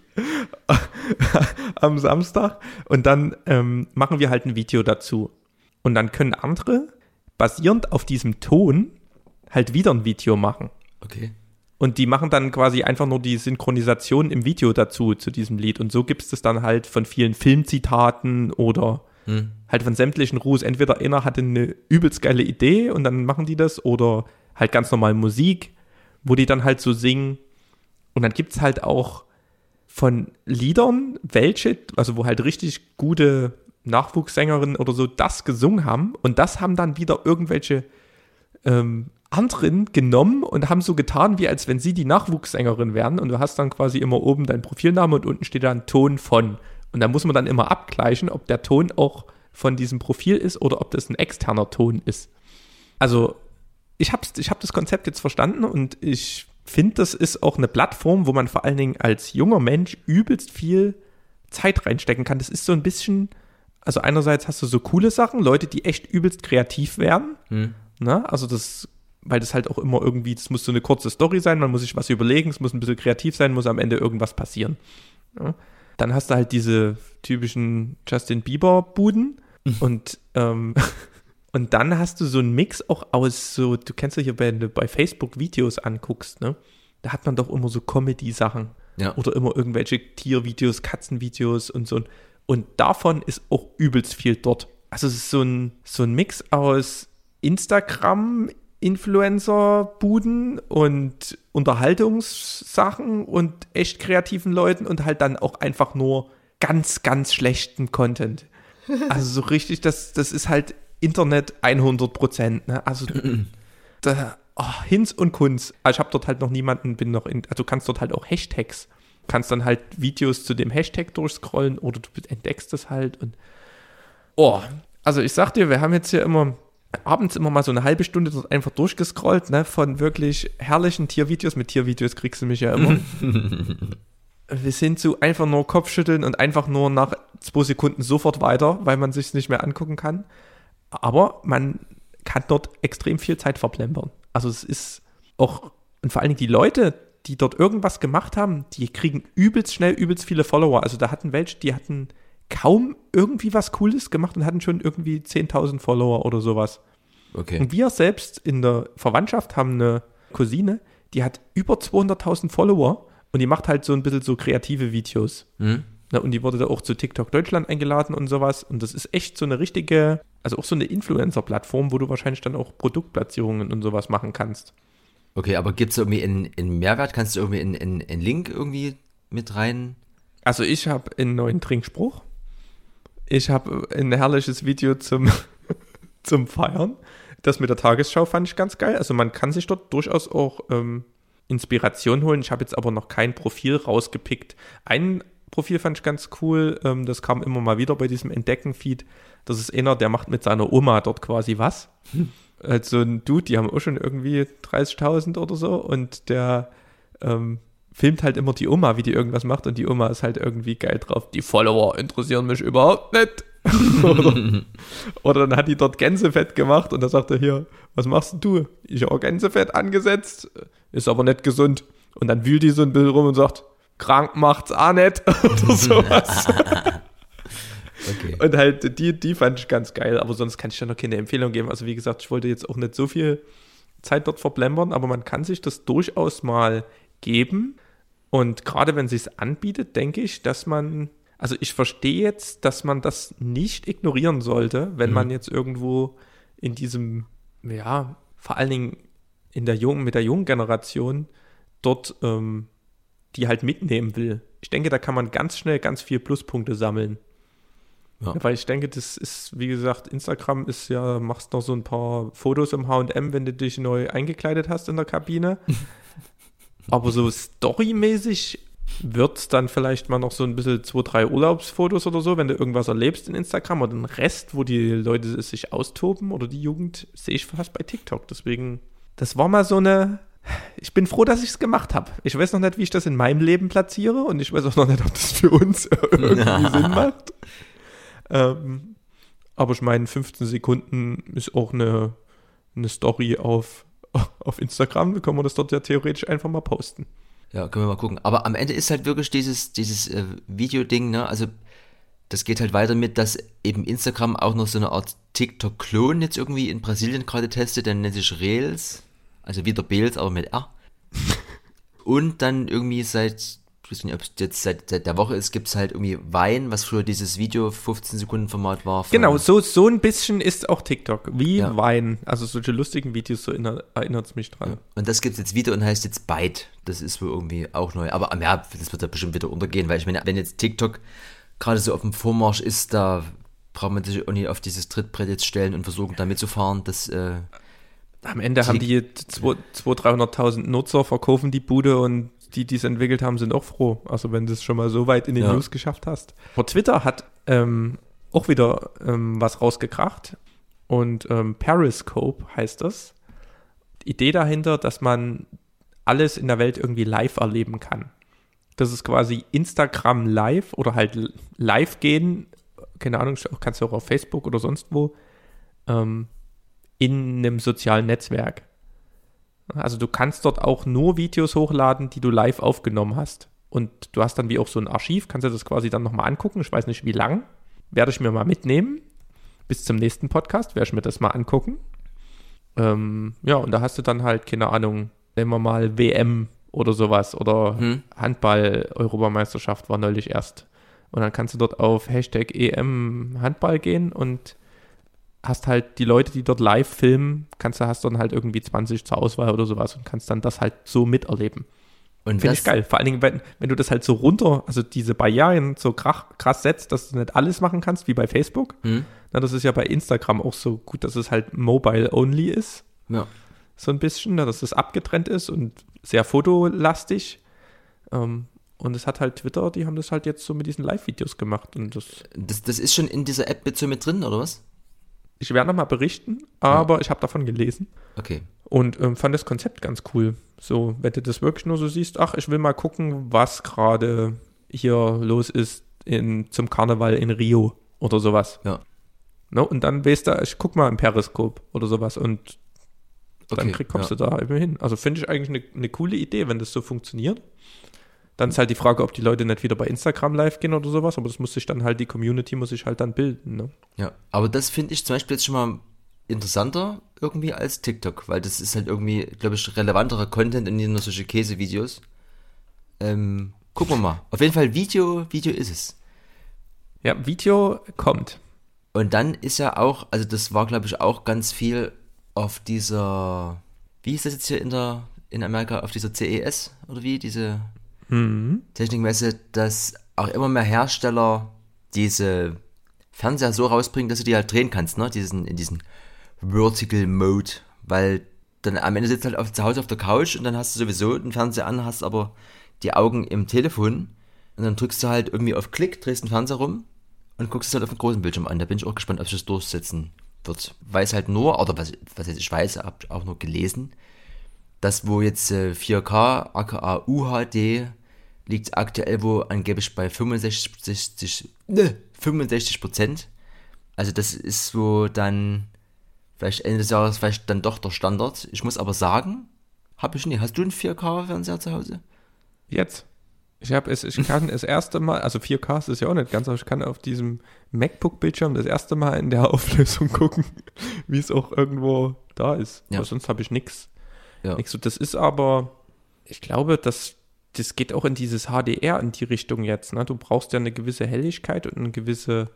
am Samstag. Und dann machen wir halt ein Video dazu. Und dann können andere, basierend auf diesem Ton, halt wieder ein Video machen. Okay. Und die machen dann quasi einfach nur die Synchronisation im Video dazu, zu diesem Lied. Und so gibt es das dann halt von vielen Filmzitaten oder halt von sämtlichen Ruhes. Entweder einer hatte eine übelst geile Idee und dann machen die das oder halt ganz normal Musik, wo die dann halt so singen. Und dann gibt es halt auch von Liedern welche, also wo halt richtig gute Nachwuchssängerinnen oder so das gesungen haben. Und das haben dann wieder irgendwelche anderen genommen und haben so getan, wie als wenn sie die Nachwuchssängerin wären. Und du hast dann quasi immer oben dein Profilname und unten steht dann Ton von. Und da muss man dann immer abgleichen, ob der Ton auch von diesem Profil ist oder ob das ein externer Ton ist. Also ich hab das Konzept jetzt verstanden und ich finde, das ist auch eine Plattform, wo man vor allen Dingen als junger Mensch übelst viel Zeit reinstecken kann. Das ist so ein bisschen, also einerseits hast du so coole Sachen, Leute, die echt übelst kreativ werden. Ne? Also weil das halt auch immer irgendwie, das muss so eine kurze Story sein, man muss sich was überlegen, es muss ein bisschen kreativ sein, muss am Ende irgendwas passieren. Ja? Dann hast du halt diese typischen Justin Bieber-Buden und dann hast du so einen Mix auch aus so, du kennst ja hier, wenn du bei Facebook Videos anguckst, ne? Da hat man doch immer so Comedy-Sachen. Ja. Oder immer irgendwelche Tiervideos, Katzenvideos und so. Und davon ist auch übelst viel dort. Also es ist so ein Mix aus Instagram-Influencer-Buden und Unterhaltungssachen und echt kreativen Leuten und halt dann auch einfach nur ganz, ganz schlechten Content. Also so richtig, das ist halt Internet 100%. Ne? Also Hinz und Kunz. Also ich habe dort halt noch niemanden, also du kannst dort halt auch Hashtags, kannst dann halt Videos zu dem Hashtag durchscrollen oder du entdeckst das halt und also ich sag dir, wir haben jetzt hier abends immer mal so eine halbe Stunde dort einfach durchgescrollt, ne, von wirklich herrlichen Tiervideos. Mit Tiervideos kriegst du mich ja immer. Wir sind so einfach nur Kopfschütteln und einfach nur nach 2 Sekunden sofort weiter, weil man sich nicht mehr angucken kann. Aber man kann dort extrem viel Zeit verplempern. Also es ist auch, und vor allen Dingen die Leute, die dort irgendwas gemacht haben, die kriegen übelst schnell übelst viele Follower. Also da hatten welche, die hatten kaum irgendwie was Cooles gemacht und hatten schon irgendwie 10.000 Follower oder sowas. Okay. Und wir selbst in der Verwandtschaft haben eine Cousine, die hat über 200.000 Follower und die macht halt so ein bisschen so kreative Videos. Na, und die wurde da auch zu TikTok Deutschland eingeladen und sowas. Und das ist echt so eine richtige, also auch so eine Influencer-Plattform, wo du wahrscheinlich dann auch Produktplatzierungen und sowas machen kannst. Okay, aber gibt es irgendwie einen Mehrwert? Kannst du irgendwie einen Link irgendwie mit rein? Also ich habe einen neuen Trinkspruch. Ich habe ein herrliches Video zum Feiern. Das mit der Tagesschau fand ich ganz geil. Also man kann sich dort durchaus auch Inspiration holen. Ich habe jetzt aber noch kein Profil rausgepickt. Ein Profil fand ich ganz cool. Das kam immer mal wieder bei diesem Entdecken-Feed. Das ist einer, der macht mit seiner Oma dort quasi was. Also ein Dude, die haben auch schon irgendwie 30.000 oder so. Und der filmt halt immer die Oma, wie die irgendwas macht. Und die Oma ist halt irgendwie geil drauf. Die Follower interessieren mich überhaupt nicht. oder dann hat die dort Gänsefett gemacht und da sagt er hier, was machst du? Ich habe Gänsefett angesetzt, ist aber nicht gesund. Und dann wühlt die so ein bisschen rum und sagt, krank macht's auch nicht oder sowas. Okay. Und halt die fand ich ganz geil, aber sonst kann ich ja noch keine Empfehlung geben. Also wie gesagt, ich wollte jetzt auch nicht so viel Zeit dort verblempern, aber man kann sich das durchaus mal geben. Und gerade wenn es sich anbietet, denke ich, dass man, also ich verstehe jetzt, dass man das nicht ignorieren sollte, wenn man jetzt irgendwo in diesem, ja, vor allen Dingen mit der jungen Generation dort die halt mitnehmen will. Ich denke, da kann man ganz schnell ganz viel Pluspunkte sammeln. Ja. Weil ich denke, das ist, wie gesagt, Instagram ist ja, machst noch so ein paar Fotos im H&M, wenn du dich neu eingekleidet hast in der Kabine. Aber so storymäßig wird es dann vielleicht mal noch so ein bisschen 2, 3 Urlaubsfotos oder so, wenn du irgendwas erlebst in Instagram, oder den Rest, wo die Leute sich austoben oder die Jugend, sehe ich fast bei TikTok. Deswegen, das war mal so eine, ich bin froh, dass ich es gemacht habe. Ich weiß noch nicht, wie ich das in meinem Leben platziere und ich weiß auch noch nicht, ob das für uns irgendwie Sinn macht. Aber ich meine, 15 Sekunden ist auch eine Story auf Instagram, da können wir das dort ja theoretisch einfach mal posten. Ja, können wir mal gucken. Aber am Ende ist halt wirklich dieses Videoding, ne? Also das geht halt weiter mit, dass eben Instagram auch noch so eine Art TikTok-Klon jetzt irgendwie in Brasilien gerade testet, der nennt sich Reels, also wieder Reels, aber mit R. Und dann irgendwie ich weiß nicht, ob es jetzt seit der Woche ist, gibt es halt irgendwie Vine, was früher dieses Video 15-Sekunden-Format war. Genau, so ein bisschen ist auch TikTok, wie Vine. Also solche lustigen Videos, so erinnert es mich dran. Ja. Und das gibt es jetzt wieder und heißt jetzt Byte. Das ist wohl irgendwie auch neu. Aber ja, das wird ja bestimmt wieder untergehen, weil ich meine, wenn jetzt TikTok gerade so auf dem Vormarsch ist, da braucht man sich auch nicht auf dieses Trittbrett jetzt stellen und versuchen, da mitzufahren. Am Ende haben die 200.000-300.000 Nutzer, verkaufen die Bude und die es entwickelt haben, sind auch froh. Also wenn du es schon mal so weit in den News geschafft hast. Aber Twitter hat auch wieder was rausgekracht und Periscope heißt das. Die Idee dahinter, dass man alles in der Welt irgendwie live erleben kann. Das ist quasi Instagram live oder halt live gehen, keine Ahnung, kannst du auch auf Facebook oder sonst wo, in einem sozialen Netzwerk. Also du kannst dort auch nur Videos hochladen, die du live aufgenommen hast. Und du hast dann wie auch so ein Archiv, kannst du das quasi dann nochmal angucken. Ich weiß nicht, wie lang. Werde ich mir mal mitnehmen. Bis zum nächsten Podcast werde ich mir das mal angucken. Ja, und da hast du dann halt, keine Ahnung, nehmen wir mal WM oder sowas. Oder Handball-Europameisterschaft war neulich erst. Und dann kannst du dort auf Hashtag EM Handball gehen und hast halt die Leute, die dort live filmen, hast dann halt irgendwie 20 zur Auswahl oder sowas und kannst dann das halt so miterleben. Und finde ich geil. Vor allen Dingen, wenn du das halt so also diese Barrieren so krass setzt, dass du nicht alles machen kannst, wie bei Facebook. Na, das ist ja bei Instagram auch so gut, dass es halt mobile-only ist. Ja. So ein bisschen, dass es abgetrennt ist und sehr fotolastig. Und es hat halt Twitter, die haben das halt jetzt so mit diesen Live-Videos gemacht. Und das ist schon in dieser App jetzt so mit drin, oder was? Ich werde nochmal berichten, aber ich habe davon gelesen. Okay. Und fand das Konzept ganz cool. So, wenn du das wirklich nur so siehst, ich will mal gucken, was gerade hier los ist zum Karneval in Rio oder sowas. Ja. No, und dann weißt du, ich guck mal im Periskop oder sowas und dann kommst du da eben hin. Also finde ich eigentlich eine coole Idee, wenn das so funktioniert. Dann ist halt die Frage, ob die Leute nicht wieder bei Instagram live gehen oder sowas, aber das muss sich dann halt, die Community muss sich halt dann bilden, ne? Ja, aber das finde ich zum Beispiel jetzt schon mal interessanter irgendwie als TikTok, weil das ist halt irgendwie, glaube ich, relevanterer Content und nicht nur solche Käsevideos. Gucken wir mal. Auf jeden Fall Video ist es. Ja, Video kommt. Und dann ist ja auch, also das war, glaube ich, auch ganz viel auf dieser, wie ist das jetzt hier in Amerika, auf dieser CES oder wie, diese Technikmesse, dass auch immer mehr Hersteller diese Fernseher so rausbringen, dass du die halt drehen kannst, ne? In diesen Vertical Mode, weil dann am Ende sitzt halt zu Hause auf der Couch und dann hast du sowieso den Fernseher an, hast aber die Augen im Telefon und dann drückst du halt irgendwie auf Klick, drehst den Fernseher rum und guckst es halt auf dem großen Bildschirm an. Da bin ich auch gespannt, ob sich das durchsetzen wird. Weiß halt nur, oder was heißt, ich weiß, hab auch nur gelesen, dass wo jetzt 4K, aka UHD, liegt aktuell wo angeblich bei 65%. Also das ist so dann vielleicht Ende des Jahres vielleicht dann doch der Standard. Ich muss aber sagen, habe ich nie. Hast du einen 4K-Fernseher zu Hause? Jetzt. Ich kann das erste Mal, also 4K ist es ja auch nicht ganz, aber ich kann auf diesem MacBook-Bildschirm das erste Mal in der Auflösung gucken, wie es auch irgendwo da ist. Ja. Aber sonst habe ich nichts. Ja. Das ist aber, ich glaube, das geht auch in dieses HDR in die Richtung jetzt. Ne? Du brauchst ja eine gewisse Helligkeit und einen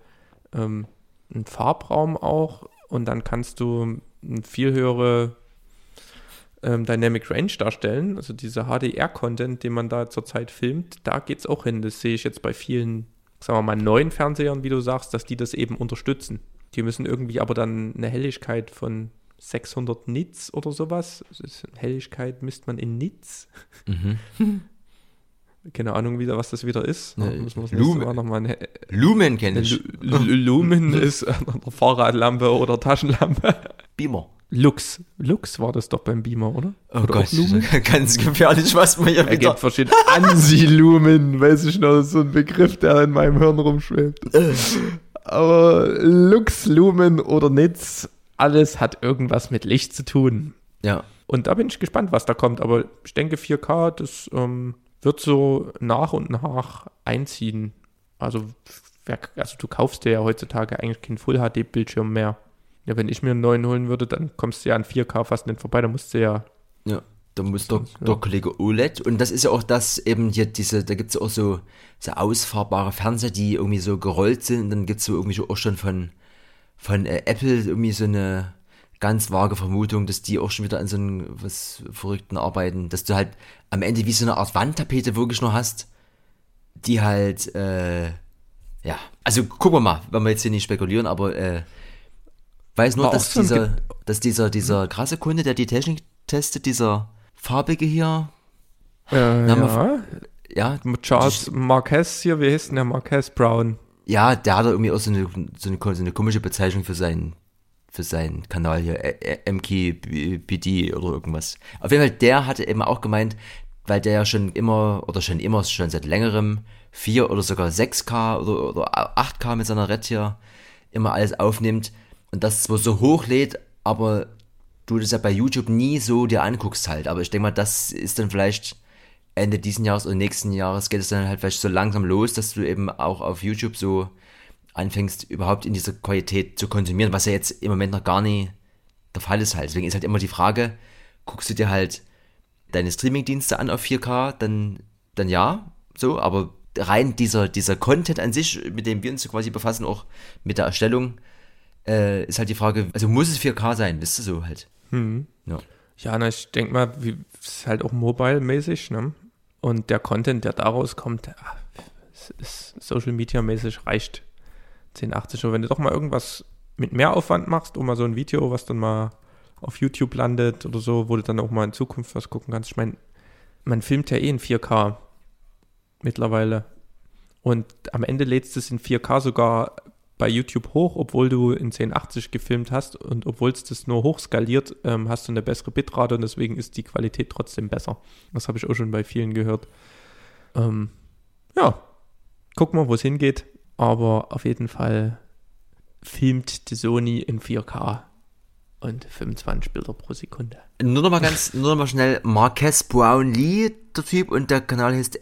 Farbraum auch und dann kannst du eine viel höhere Dynamic Range darstellen, also dieser HDR-Content, den man da zurzeit filmt, da geht es auch hin. Das sehe ich jetzt bei vielen, sagen wir mal, neuen Fernsehern, wie du sagst, dass die das eben unterstützen. Die müssen irgendwie aber dann eine Helligkeit von 600 Nits oder sowas. Helligkeit misst man in Nits. Mhm. Keine Ahnung wieder, was das wieder ist. Lumen kenne ich. Lumen ist eine Fahrradlampe oder Taschenlampe. Beamer. Lux war das doch beim Beamer, oder? Oh oder Gott, ganz gefährlich, was man hier wieder... gibt verschiedene Ansilumen, weiß ich noch, das ist so ein Begriff, der in meinem Hirn rumschwebt. Aber Lux, Lumen oder Nits, alles hat irgendwas mit Licht zu tun. Ja. Und da bin ich gespannt, was da kommt. Aber ich denke, 4K, das wird so nach und nach einziehen. Also du kaufst dir ja heutzutage eigentlich keinen Full-HD-Bildschirm mehr. Ja, wenn ich mir einen neuen holen würde, dann kommst du ja an 4K fast nicht vorbei. Da musst du ja... Ja, da muss der Kollege OLED. Und das ist ja auch das eben hier da gibt es ja auch so ausfahrbare Fernseher, die irgendwie so gerollt sind. Und dann gibt es so irgendwie auch schon von Apple irgendwie so eine ganz vage Vermutung, dass die auch schon wieder an so einem was Verrückten arbeiten. Dass du halt am Ende wie so eine Art Wandtapete wirklich nur hast, die halt, ja, also gucken wir mal, wenn wir jetzt hier nicht spekulieren, aber weiß nur, dass dieser krasse Kunde, der die Technik testet, dieser farbige hier, Charles Marquez hier, wie heißt denn der Marquez Brown? Ja, der hat irgendwie auch so eine komische Bezeichnung für seinen Kanal hier, MKBD oder irgendwas. Auf jeden Fall, der hatte eben auch gemeint, weil der ja schon seit längerem 4 oder sogar 6K oder 8K mit seiner Red hier immer alles aufnimmt und das zwar so hochlädt, aber du das ja bei YouTube nie so dir anguckst halt. Aber ich denke mal, das ist dann vielleicht Ende diesen Jahres oder nächsten Jahres geht es dann halt vielleicht so langsam los, dass du eben auch auf YouTube so anfängst, überhaupt in dieser Qualität zu konsumieren, was ja jetzt im Moment noch gar nicht der Fall ist halt. Deswegen ist halt immer die Frage, guckst du dir halt deine Streamingdienste an auf 4K, dann ja, so, aber rein dieser Content an sich, mit dem wir uns so quasi befassen, auch mit der Erstellung, ist halt die Frage, also muss es 4K sein, wisst ihr so halt. Ja, ich denke mal, es ist halt auch mobile-mäßig, ne? Und der Content, der daraus kommt, ist Social-Media-mäßig reicht 1080. Und wenn du doch mal irgendwas mit mehr Aufwand machst, mal so ein Video, was dann mal auf YouTube landet oder so, wo du dann auch mal in Zukunft was gucken kannst. Ich meine, man filmt ja in 4K mittlerweile. Und am Ende lädst du es in 4K sogar bei YouTube hoch, obwohl du in 1080 gefilmt hast und obwohl es das nur hochskaliert, hast du eine bessere Bitrate und deswegen ist die Qualität trotzdem besser. Das habe ich auch schon bei vielen gehört. Ja, gucken wir, wo es hingeht. Aber auf jeden Fall filmt die Sony in 4K und 25 Bilder pro Sekunde. Nur noch mal schnell, Marquez Brownlee, der Typ, und der Kanal heißt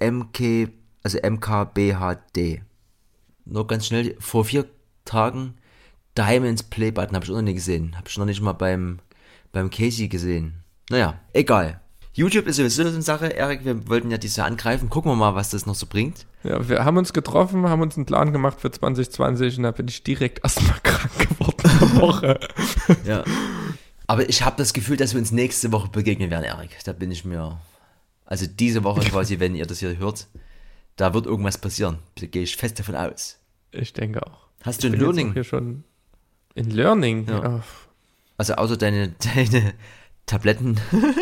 MKBHD. Nur ganz schnell, vor 4 Tagen Diamonds Play Button habe ich auch noch nie gesehen. Habe ich noch nicht mal beim Casey gesehen. Naja, egal. YouTube ist sowieso eine Sache, Erik, wir wollten ja dieses Jahr angreifen. Gucken wir mal, was das noch so bringt. Ja, wir haben uns getroffen, haben uns einen Plan gemacht für 2020 und da bin ich direkt erstmal krank geworden eine Woche. Ja. Aber ich habe das Gefühl, dass wir uns nächste Woche begegnen werden, Erik. Da bin ich mir... Also diese Woche quasi, wenn ihr das hier hört, da wird irgendwas passieren. Da gehe ich fest davon aus. Ich denke auch. Hast du ein Learning? Hier schon in Learning? Ja. Ja. Also außer deine Tabletten.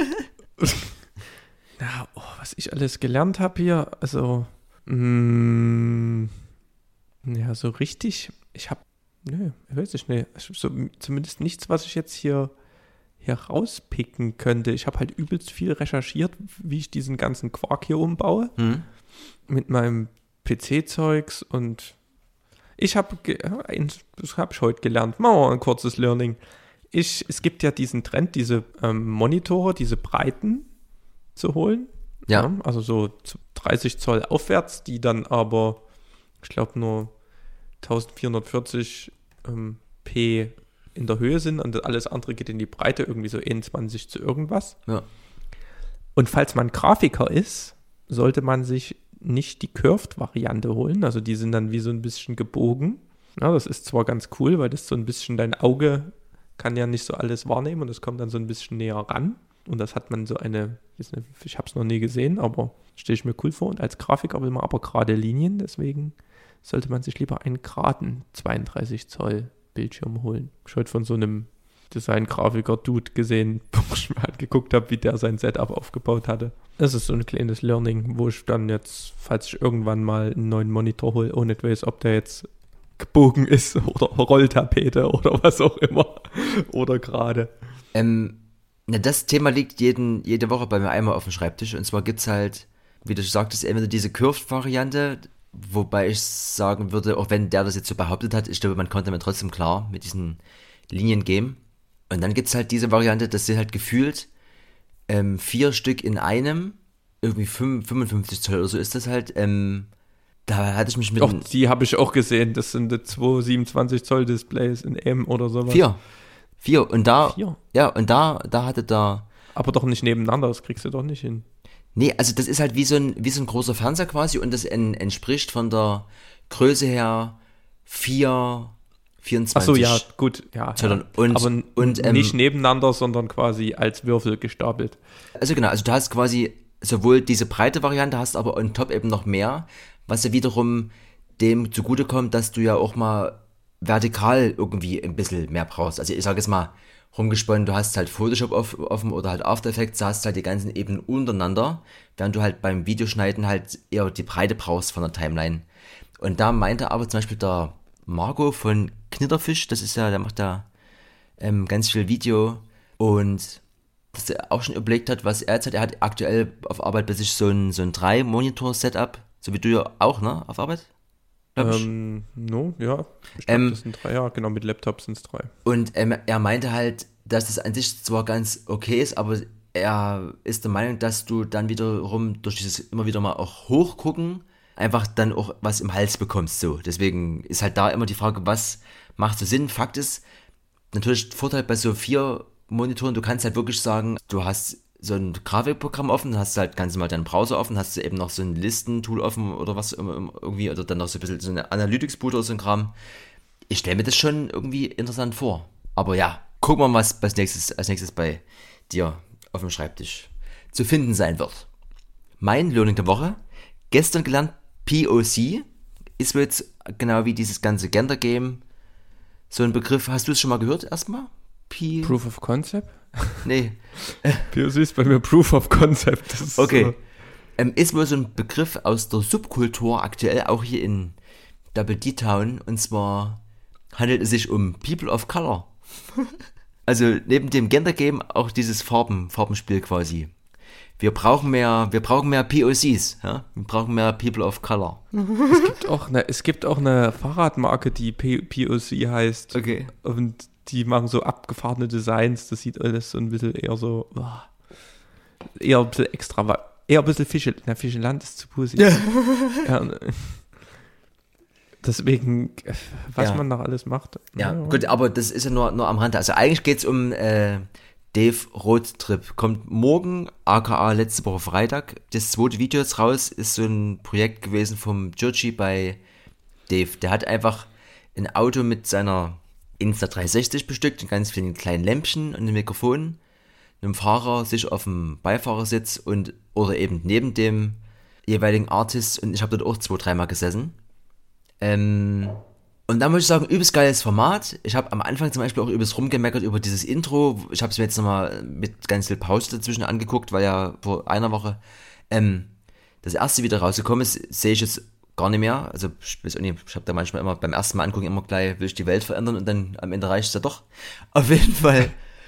Ja, was ich alles gelernt habe hier, also, ja, so richtig, ich weiß ich nicht, so, zumindest nichts, was ich jetzt hier rauspicken könnte. Ich habe halt übelst viel recherchiert, wie ich diesen ganzen Quark hier umbaue, mit meinem PC-Zeugs, und das habe ich heute gelernt. Machen wir ein kurzes Learning. Es gibt ja diesen Trend, diese Monitore, diese breiten zu holen. Ja. Also so 30 Zoll aufwärts, die dann aber, ich glaube, nur 1440 p in der Höhe sind und alles andere geht in die Breite, irgendwie so 21 zu irgendwas. Ja. Und falls man Grafiker ist, sollte man sich nicht die Curved-Variante holen. Also die sind dann wie so ein bisschen gebogen. Ja, das ist zwar ganz cool, weil das so ein bisschen, dein Auge kann ja nicht so alles wahrnehmen und das kommt dann so ein bisschen näher ran. Und das hat man so eine, ich habe es noch nie gesehen, aber stelle ich mir cool vor. Und als Grafiker will man aber gerade Linien, deswegen sollte man sich lieber einen geraden 32 Zoll Bildschirm holen. Ich habe heute von so einem Design-Grafiker-Dude gesehen, wo ich mir halt geguckt habe, wie der sein Setup aufgebaut hatte. Das ist so ein kleines Learning, wo ich dann jetzt, falls ich irgendwann mal einen neuen Monitor hole, auch nicht weiß, ob der jetzt gebogen ist oder Rolltapete oder was auch immer. Oder gerade. Das Thema liegt jede Woche bei mir einmal auf dem Schreibtisch. Und zwar gibt es halt, wie du sagtest, entweder diese Curved-Variante, wobei ich sagen würde, auch wenn der das jetzt so behauptet hat, ich glaube, man kommt damit trotzdem klar mit diesen Linien gehen. Und dann gibt es halt diese Variante, das sind halt gefühlt 4 Stück in einem, irgendwie 55 Zoll oder so ist das halt. Da hatte ich mich mit... Doch, die habe ich auch gesehen. Das sind 2 27 Zoll Displays in M oder sowas. 4. Und da... 4? Ja, und da hatte da... Aber doch nicht nebeneinander, das kriegst du doch nicht hin. Nee, also das ist halt wie so ein großer Fernseher quasi und das entspricht von der Größe her 24. Achso, ja, gut, ja. Und nicht nebeneinander, sondern quasi als Würfel gestapelt. Also genau, also du hast quasi sowohl diese breite Variante, hast aber on top eben noch mehr, was ja wiederum dem zugutekommt, dass du ja auch mal vertikal irgendwie ein bisschen mehr brauchst. Also ich sage jetzt mal, rumgesponnen, du hast halt Photoshop offen oder halt After Effects, da hast halt die ganzen Ebenen untereinander, während du halt beim Videoschneiden halt eher die Breite brauchst von der Timeline. Und da meinte aber zum Beispiel der Marco von Knitterfisch, das ist ja, der macht da ganz viel Video und dass er auch schon überlegt hat, was er jetzt hat. Er hat aktuell auf Arbeit bei sich so ein 3-Monitor-Setup, so wie du ja auch, ne, auf Arbeit? Ja. Ich glaube, das sind 3, ja, genau, mit Laptop sind es 3. Und er meinte halt, dass das an sich zwar ganz okay ist, aber er ist der Meinung, dass du dann wiederum durch dieses immer wieder mal auch hochgucken einfach dann auch was im Hals bekommst, so. Deswegen ist halt da immer die Frage, was macht so Sinn? Fakt ist, natürlich Vorteil bei so 4 Monitoren, du kannst halt wirklich sagen, du hast so ein Grafikprogramm offen, hast halt ganz normal deinen Browser offen, hast du eben noch so ein Listentool offen oder was irgendwie, oder dann noch so ein bisschen so eine Analytics-Boot oder so ein Kram. Ich stelle mir das schon irgendwie interessant vor. Aber ja, gucken wir mal, was als nächstes bei dir auf dem Schreibtisch zu finden sein wird. Mein Learning der Woche, gestern gelernt, POC, ist jetzt genau wie dieses ganze Gender-Game so ein Begriff. Hast du es schon mal gehört erstmal? Proof of Concept? Nee. POC ist bei mir Proof of Concept. Okay. Ist wohl so ein Begriff aus der Subkultur, aktuell auch hier in Double D-Town. Und zwar handelt es sich um People of Color. Also neben dem Gender-Game auch dieses Farbenspiel quasi. Wir brauchen mehr POCs, ja? Wir brauchen mehr People of Color. Es gibt auch eine Fahrradmarke, die POC heißt. Okay. Und die machen so abgefahrene Designs. Das sieht alles so ein bisschen eher so, eher ein bisschen extravagant. Eher ein bisschen Fischeland ist zu pussig. Ja, deswegen, was man noch alles macht. Ja, gut, aber das ist ja nur am Rande. Also eigentlich geht es um Dave Roadtrip. Kommt morgen, aka letzte Woche Freitag. Das zweite Video jetzt raus, ist so ein Projekt gewesen vom Georgie bei Dave. Der hat einfach ein Auto mit seiner Insta360 bestückt, mit ganz vielen kleinen Lämpchen und einem Mikrofon, einem Fahrer sich auf dem Beifahrersitz oder eben neben dem jeweiligen Artist, und ich habe dort auch 2-3 Mal gesessen. Und da muss ich sagen, übelst geiles Format. Ich habe am Anfang zum Beispiel auch übelst rumgemeckert über dieses Intro. Ich habe es mir jetzt nochmal mit ganz viel Pause dazwischen angeguckt, weil ja vor einer Woche das erste wieder rausgekommen ist, sehe ich jetzt gar nicht mehr. Also ich weiß auch nicht, ich habe da manchmal immer beim ersten Mal angucken immer gleich, will ich die Welt verändern und dann am Ende reicht es ja doch. Auf jeden Fall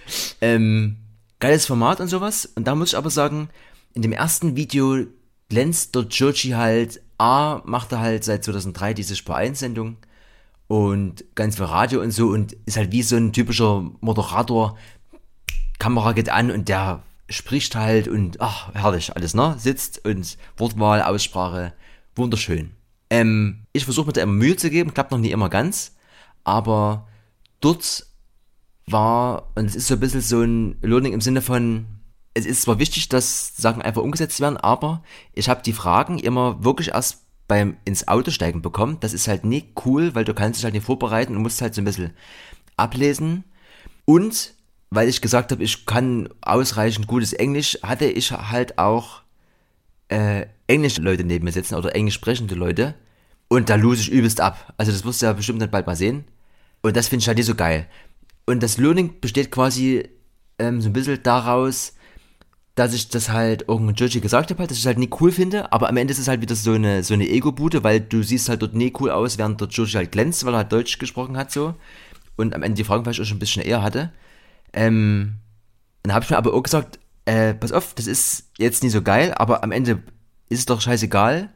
geiles Format und sowas. Und da muss ich aber sagen, in dem ersten Video glänzt der Joji halt, macht er halt seit 2003 diese Spur-1-Sendung und ganz viel Radio und so und ist halt wie so ein typischer Moderator, Kamera geht an und der spricht halt und herrlich alles, ne? Sitzt und Wortwahl, Aussprache, wunderschön. Ich versuche mir da immer Mühe zu geben, klappt noch nie immer ganz, aber dort war, und es ist so ein bisschen so ein Learning im Sinne von, es ist zwar wichtig, dass Sachen einfach umgesetzt werden, aber ich habe die Fragen immer wirklich erst beim ins Auto steigen bekommen. Das ist halt nicht cool, weil du kannst dich halt nicht vorbereiten und musst halt so ein bisschen ablesen. Und weil ich gesagt habe, ich kann ausreichend gutes Englisch, hatte ich halt auch englische Leute neben mir sitzen oder englisch sprechende Leute. Und da lose ich übelst ab. Also das wirst du ja bestimmt dann bald mal sehen. Und das finde ich halt nicht so geil. Und das Learning besteht quasi so ein bisschen daraus, dass ich das halt irgendein Joji gesagt habe, dass ich es halt nie cool finde, aber am Ende ist es halt wieder so eine Ego-Bude, weil du siehst halt dort nie cool aus, während der Joji halt glänzt, weil er halt Deutsch gesprochen hat so und am Ende die Fragen vielleicht auch schon ein bisschen eher hatte. Dann habe ich mir aber auch gesagt, pass auf, das ist jetzt nie so geil, aber am Ende ist es doch scheißegal,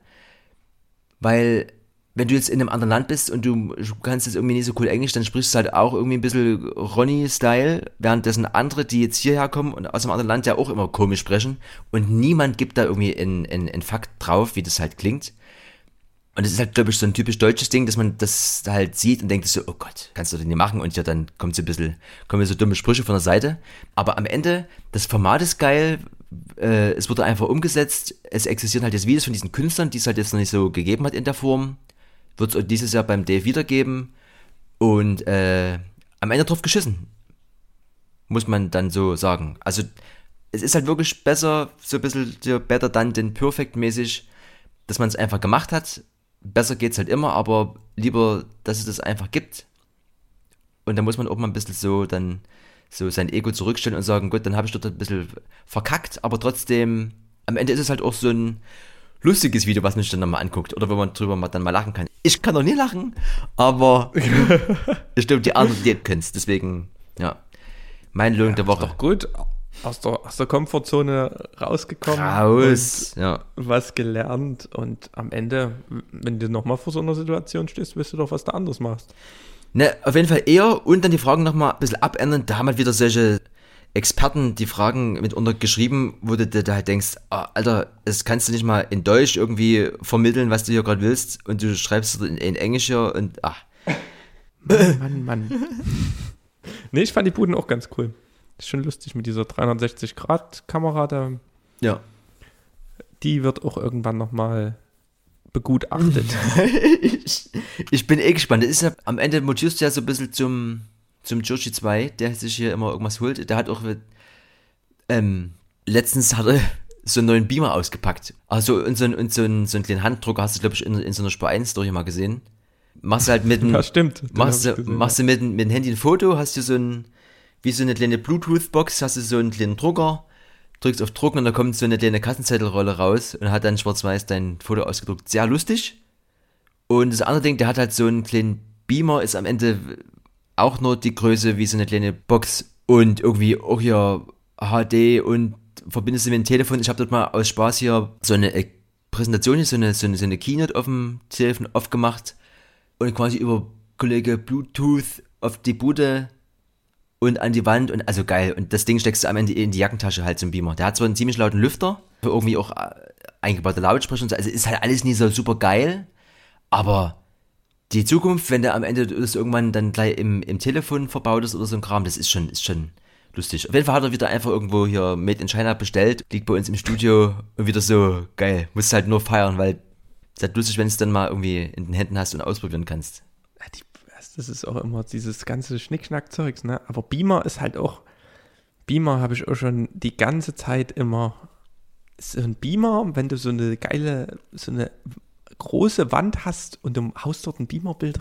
weil wenn du jetzt in einem anderen Land bist und du kannst jetzt irgendwie nicht so cool Englisch, dann sprichst du halt auch irgendwie ein bisschen Ronny-Style, währenddessen andere, die jetzt hierher kommen und aus einem anderen Land ja auch immer komisch sprechen und niemand gibt da irgendwie einen Fakt drauf, wie das halt klingt. Und es ist halt, glaube ich, so ein typisch deutsches Ding, dass man das halt sieht und denkt so, oh Gott, kannst du das nicht machen? Und ja, dann kommen so dumme Sprüche von der Seite. Aber am Ende, das Format ist geil, es wurde einfach umgesetzt, es existieren halt jetzt Videos von diesen Künstlern, die es halt jetzt noch nicht so gegeben hat in der Form. Wird es dieses Jahr beim Dave wiedergeben und am Ende drauf geschissen, muss man dann so sagen. Also es ist halt wirklich besser, so ein bisschen so better than than perfect mäßig, dass man es einfach gemacht hat. Besser geht's halt immer, aber lieber, dass es das einfach gibt. Und da muss man auch mal ein bisschen so dann so sein Ego zurückstellen und sagen, gut, dann habe ich dort ein bisschen verkackt, aber trotzdem, am Ende ist es halt auch so ein lustiges Video, was man sich dann nochmal anguckt oder wo man drüber dann mal lachen kann. Ich kann doch nie lachen, aber ich glaube, die anderen, die können es. Deswegen, ja, mein Learning der Woche. Doch gut, aus der Komfortzone rausgekommen. Ja. Was gelernt und am Ende, wenn du nochmal vor so einer Situation stehst, wirst du doch was da anderes machst. Ne, auf jeden Fall eher und dann die Fragen nochmal ein bisschen abändern. Da haben halt wieder solche Experten die Fragen mitunter geschrieben, wo du da halt denkst, Alter, das kannst du nicht mal in Deutsch irgendwie vermitteln, was du hier gerade willst und du schreibst es in Englisch hier und Mann. Nee, ich fand die Buden auch ganz cool. Ist schon lustig mit dieser 360-Grad-Kamera da. Ja. Die wird auch irgendwann nochmal begutachtet. Ich bin gespannt. Das ist ja, am Ende mutierst du ja so ein bisschen zum Joji 2, der sich hier immer irgendwas holt. Der hat auch letztens hat er so einen neuen Beamer ausgepackt. Also und so einen kleinen Handdrucker hast du, glaube ich, in so einer Spur 1 Story mal gesehen. Machst du halt mit ja, stimmt. Machst du mit dem Handy ein Foto, hast du wie so eine kleine Bluetooth-Box, hast du so einen kleinen Drucker, drückst auf Drucken und da kommt so eine kleine Kassenzettelrolle raus und hat dann schwarz-weiß dein Foto ausgedruckt. Sehr lustig. Und das andere Ding, der hat halt so einen kleinen Beamer, ist am Ende auch nur die Größe wie so eine kleine Box und irgendwie auch hier HD und verbindest du mit dem Telefon. Ich habe dort mal aus Spaß hier so eine Präsentation, so eine Keynote auf dem Telefon aufgemacht und quasi über Kollege Bluetooth auf die Bude und an die Wand und also geil. Und das Ding steckst du am Ende in die Jackentasche halt zum Beamer. Der hat zwar einen ziemlich lauten Lüfter, irgendwie auch eingebaute Lautsprecher und so, also ist halt alles nicht so super geil, aber die Zukunft, wenn der am Ende das irgendwann dann gleich im Telefon verbaut ist oder so ein Kram, das ist schon lustig. Auf jeden Fall hat er wieder einfach irgendwo hier Made in China bestellt, liegt bei uns im Studio und wieder so geil. Musst halt nur feiern, weil es halt lustig, wenn du es dann mal irgendwie in den Händen hast und ausprobieren kannst. Das ist auch immer dieses ganze Schnickschnack-Zeugs, ne? Aber Beamer ist halt auch, Beamer habe ich auch schon die ganze Zeit immer, so ein Beamer, wenn du so eine große Wand hast und du haust dort ein Beamerbild ran,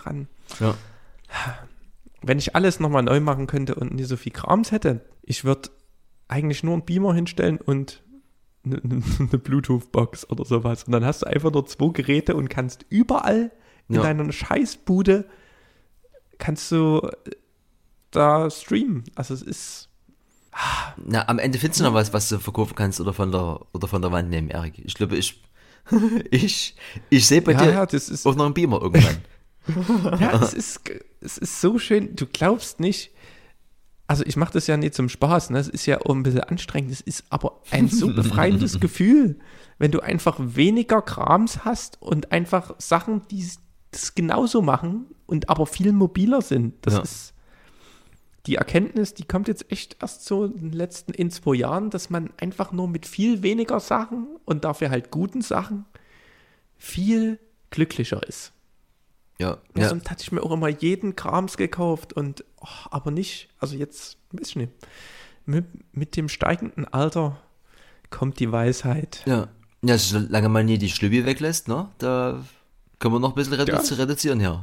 Ja. Wenn ich alles nochmal neu machen könnte und nicht so viel Krams hätte, ich würde eigentlich nur einen Beamer hinstellen und eine Bluetooth-Box oder sowas. Und dann hast du einfach nur 2 Geräte und kannst überall in deiner Scheißbude kannst du da streamen. Also es ist... Na, am Ende findest du noch was du verkaufen kannst oder von der Wand nehmen, Erik. Ich glaube, ich sehe bei dir das ist, auch noch einen Beamer irgendwann. Ja, es ist so schön. Du glaubst nicht. Also ich mache das ja nicht zum Spaß. Ne? Es ist ja auch ein bisschen anstrengend. Es ist aber ein so befreiendes Gefühl, wenn du einfach weniger Krams hast und einfach Sachen, die das genauso machen und aber viel mobiler sind. Das ist die Erkenntnis, die kommt jetzt echt erst so in den letzten 2 Jahren, dass man einfach nur mit viel weniger Sachen und dafür halt guten Sachen viel glücklicher ist. Ja. Sonst hatte ich mir auch immer jeden Krams gekauft und aber nicht, also jetzt ein bisschen mit dem steigenden Alter kommt die Weisheit. Ja, solange man nie die Schlübbi weglässt, ne, da können wir noch ein bisschen reduzieren hier.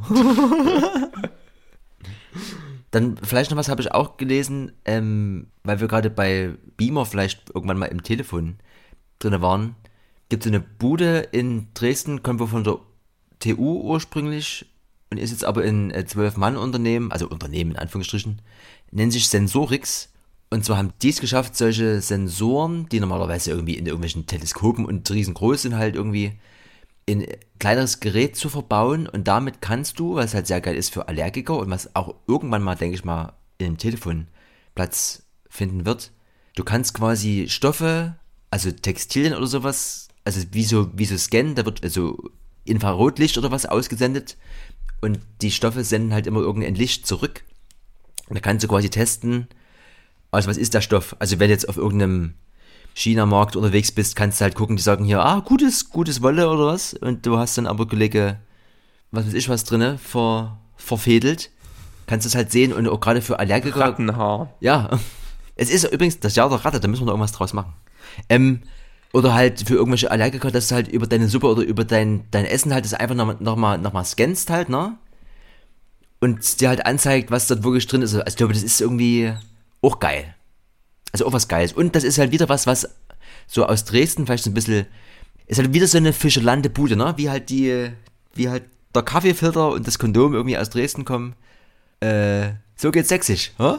Dann vielleicht noch was habe ich auch gelesen, weil wir gerade bei Beamer vielleicht irgendwann mal im Telefon drin waren. Gibt es eine Bude in Dresden, kommt wohl von der TU ursprünglich und ist jetzt aber ein 12-Mann-Unternehmen, also Unternehmen in Anführungsstrichen, nennt sich Sensorix. Und zwar haben die es geschafft, solche Sensoren, die normalerweise irgendwie in irgendwelchen Teleskopen und riesengroß sind, halt irgendwie in ein kleineres Gerät zu verbauen. Und damit kannst du, was halt sehr geil ist für Allergiker und was auch irgendwann mal, denke ich mal, in einem Telefon Platz finden wird, du kannst quasi Stoffe, also Textilien oder sowas, also wie so scannen, da wird also Infrarotlicht oder was ausgesendet und die Stoffe senden halt immer irgendein Licht zurück. Und da kannst du quasi testen, also was ist der Stoff? Also wenn du jetzt auf irgendeinem China-Markt unterwegs bist, kannst du halt gucken, die sagen hier, gutes Wolle oder was, und du hast dann aber Kollege, was weiß ich was drinne, verfädelt, kannst du es halt sehen und auch gerade für Allergiker. Rattenhaar. Ja, es ist übrigens das Jahr der Ratte, da müssen wir noch irgendwas draus machen. Oder halt für irgendwelche Allergiker, dass du halt über deine Suppe oder über dein Essen halt das einfach noch mal scannst halt, ne? Und dir halt anzeigt, was dort wirklich drin ist. Also ich glaube, das ist irgendwie auch geil. Also auch was Geiles. Und das ist halt wieder was so aus Dresden vielleicht so ein bisschen, ist halt wieder so eine Fischerlande-Bude, ne? Wie halt der Kaffeefilter und das Kondom irgendwie aus Dresden kommen. So geht's sächsisch, hä?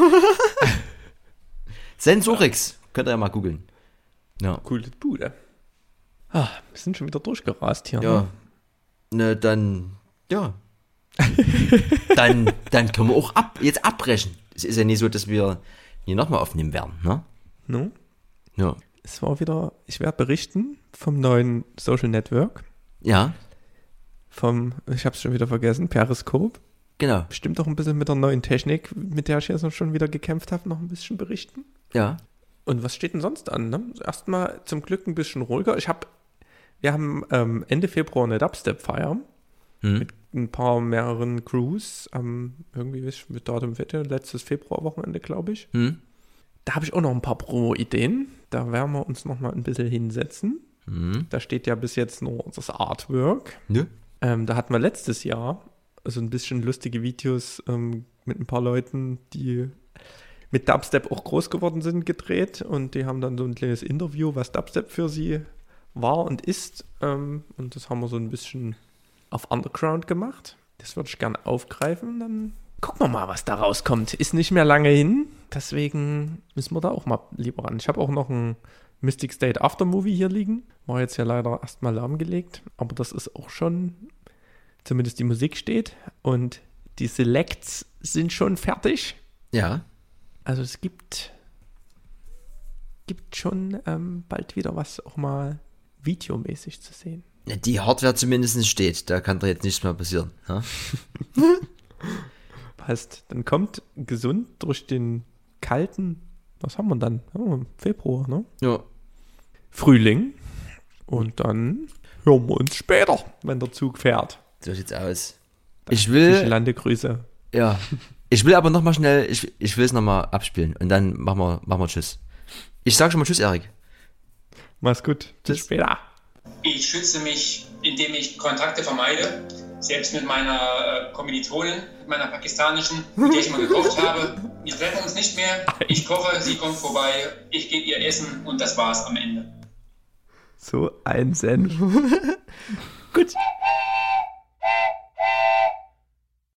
Sensorix. Könnt ihr ja mal googeln. Ja. Coole Bude. Wir sind schon wieder durchgerast hier. Ja. Ne, dann, ja. dann können wir auch jetzt abbrechen. Es ist ja nicht so, dass wir hier nochmal aufnehmen werden, ne? No? Ja. Es war wieder, ich werde berichten vom neuen Social Network. Ja. Ich habe es schon wieder vergessen, Periscope. Genau. Bestimmt auch ein bisschen mit der neuen Technik, mit der ich jetzt schon wieder gekämpft habe, noch ein bisschen berichten. Ja. Und was steht denn sonst an? Ne? Erstmal zum Glück ein bisschen ruhiger. Wir haben Ende Februar eine Dubstep-Feier mit mehreren Crews. Irgendwie mit Datum letztes Februarwochenende, glaube ich. Da habe ich auch noch ein paar Promo-Ideen. Da werden wir uns noch mal ein bisschen hinsetzen. Da steht ja bis jetzt nur das Artwork. Ne? Da hatten wir letztes Jahr so ein bisschen lustige Videos mit ein paar Leuten, die mit Dubstep auch groß geworden sind, gedreht, und die haben dann so ein kleines Interview, was Dubstep für sie war und ist, und das haben wir so ein bisschen auf Underground gemacht. Das würde ich gerne aufgreifen, dann gucken wir mal, was da rauskommt. Ist nicht mehr lange hin, deswegen müssen wir da auch mal lieber ran. Ich habe auch noch ein Mystic State Aftermovie hier liegen, war jetzt ja leider erstmal lahmgelegt, aber das ist auch schon, zumindest die Musik steht und die Selects sind schon fertig. Ja. Also es gibt schon bald wieder was auch mal videomäßig zu sehen. Die Hardware zumindest steht, da kann da jetzt nichts mehr passieren. Ja? Passt. Dann kommt gesund durch den kalten, was haben wir dann? Februar, ne? Ja. Frühling. Und dann hören wir uns später, wenn der Zug fährt. So sieht's aus. Ich will... Landegrüße. Ja. Ich will aber nochmal schnell, ich will es nochmal abspielen und dann machen wir Tschüss. Ich sag schon mal Tschüss, Erik. Mach's gut. Bis später. Ich schütze mich, indem ich Kontakte vermeide. Selbst mit meiner Kommilitonin, mit meiner pakistanischen, mit der ich immer gekocht habe. Wir treffen uns nicht mehr. Ich koche, sie kommt vorbei, ich gebe ihr Essen und das war's am Ende. So ein Senf. Gut.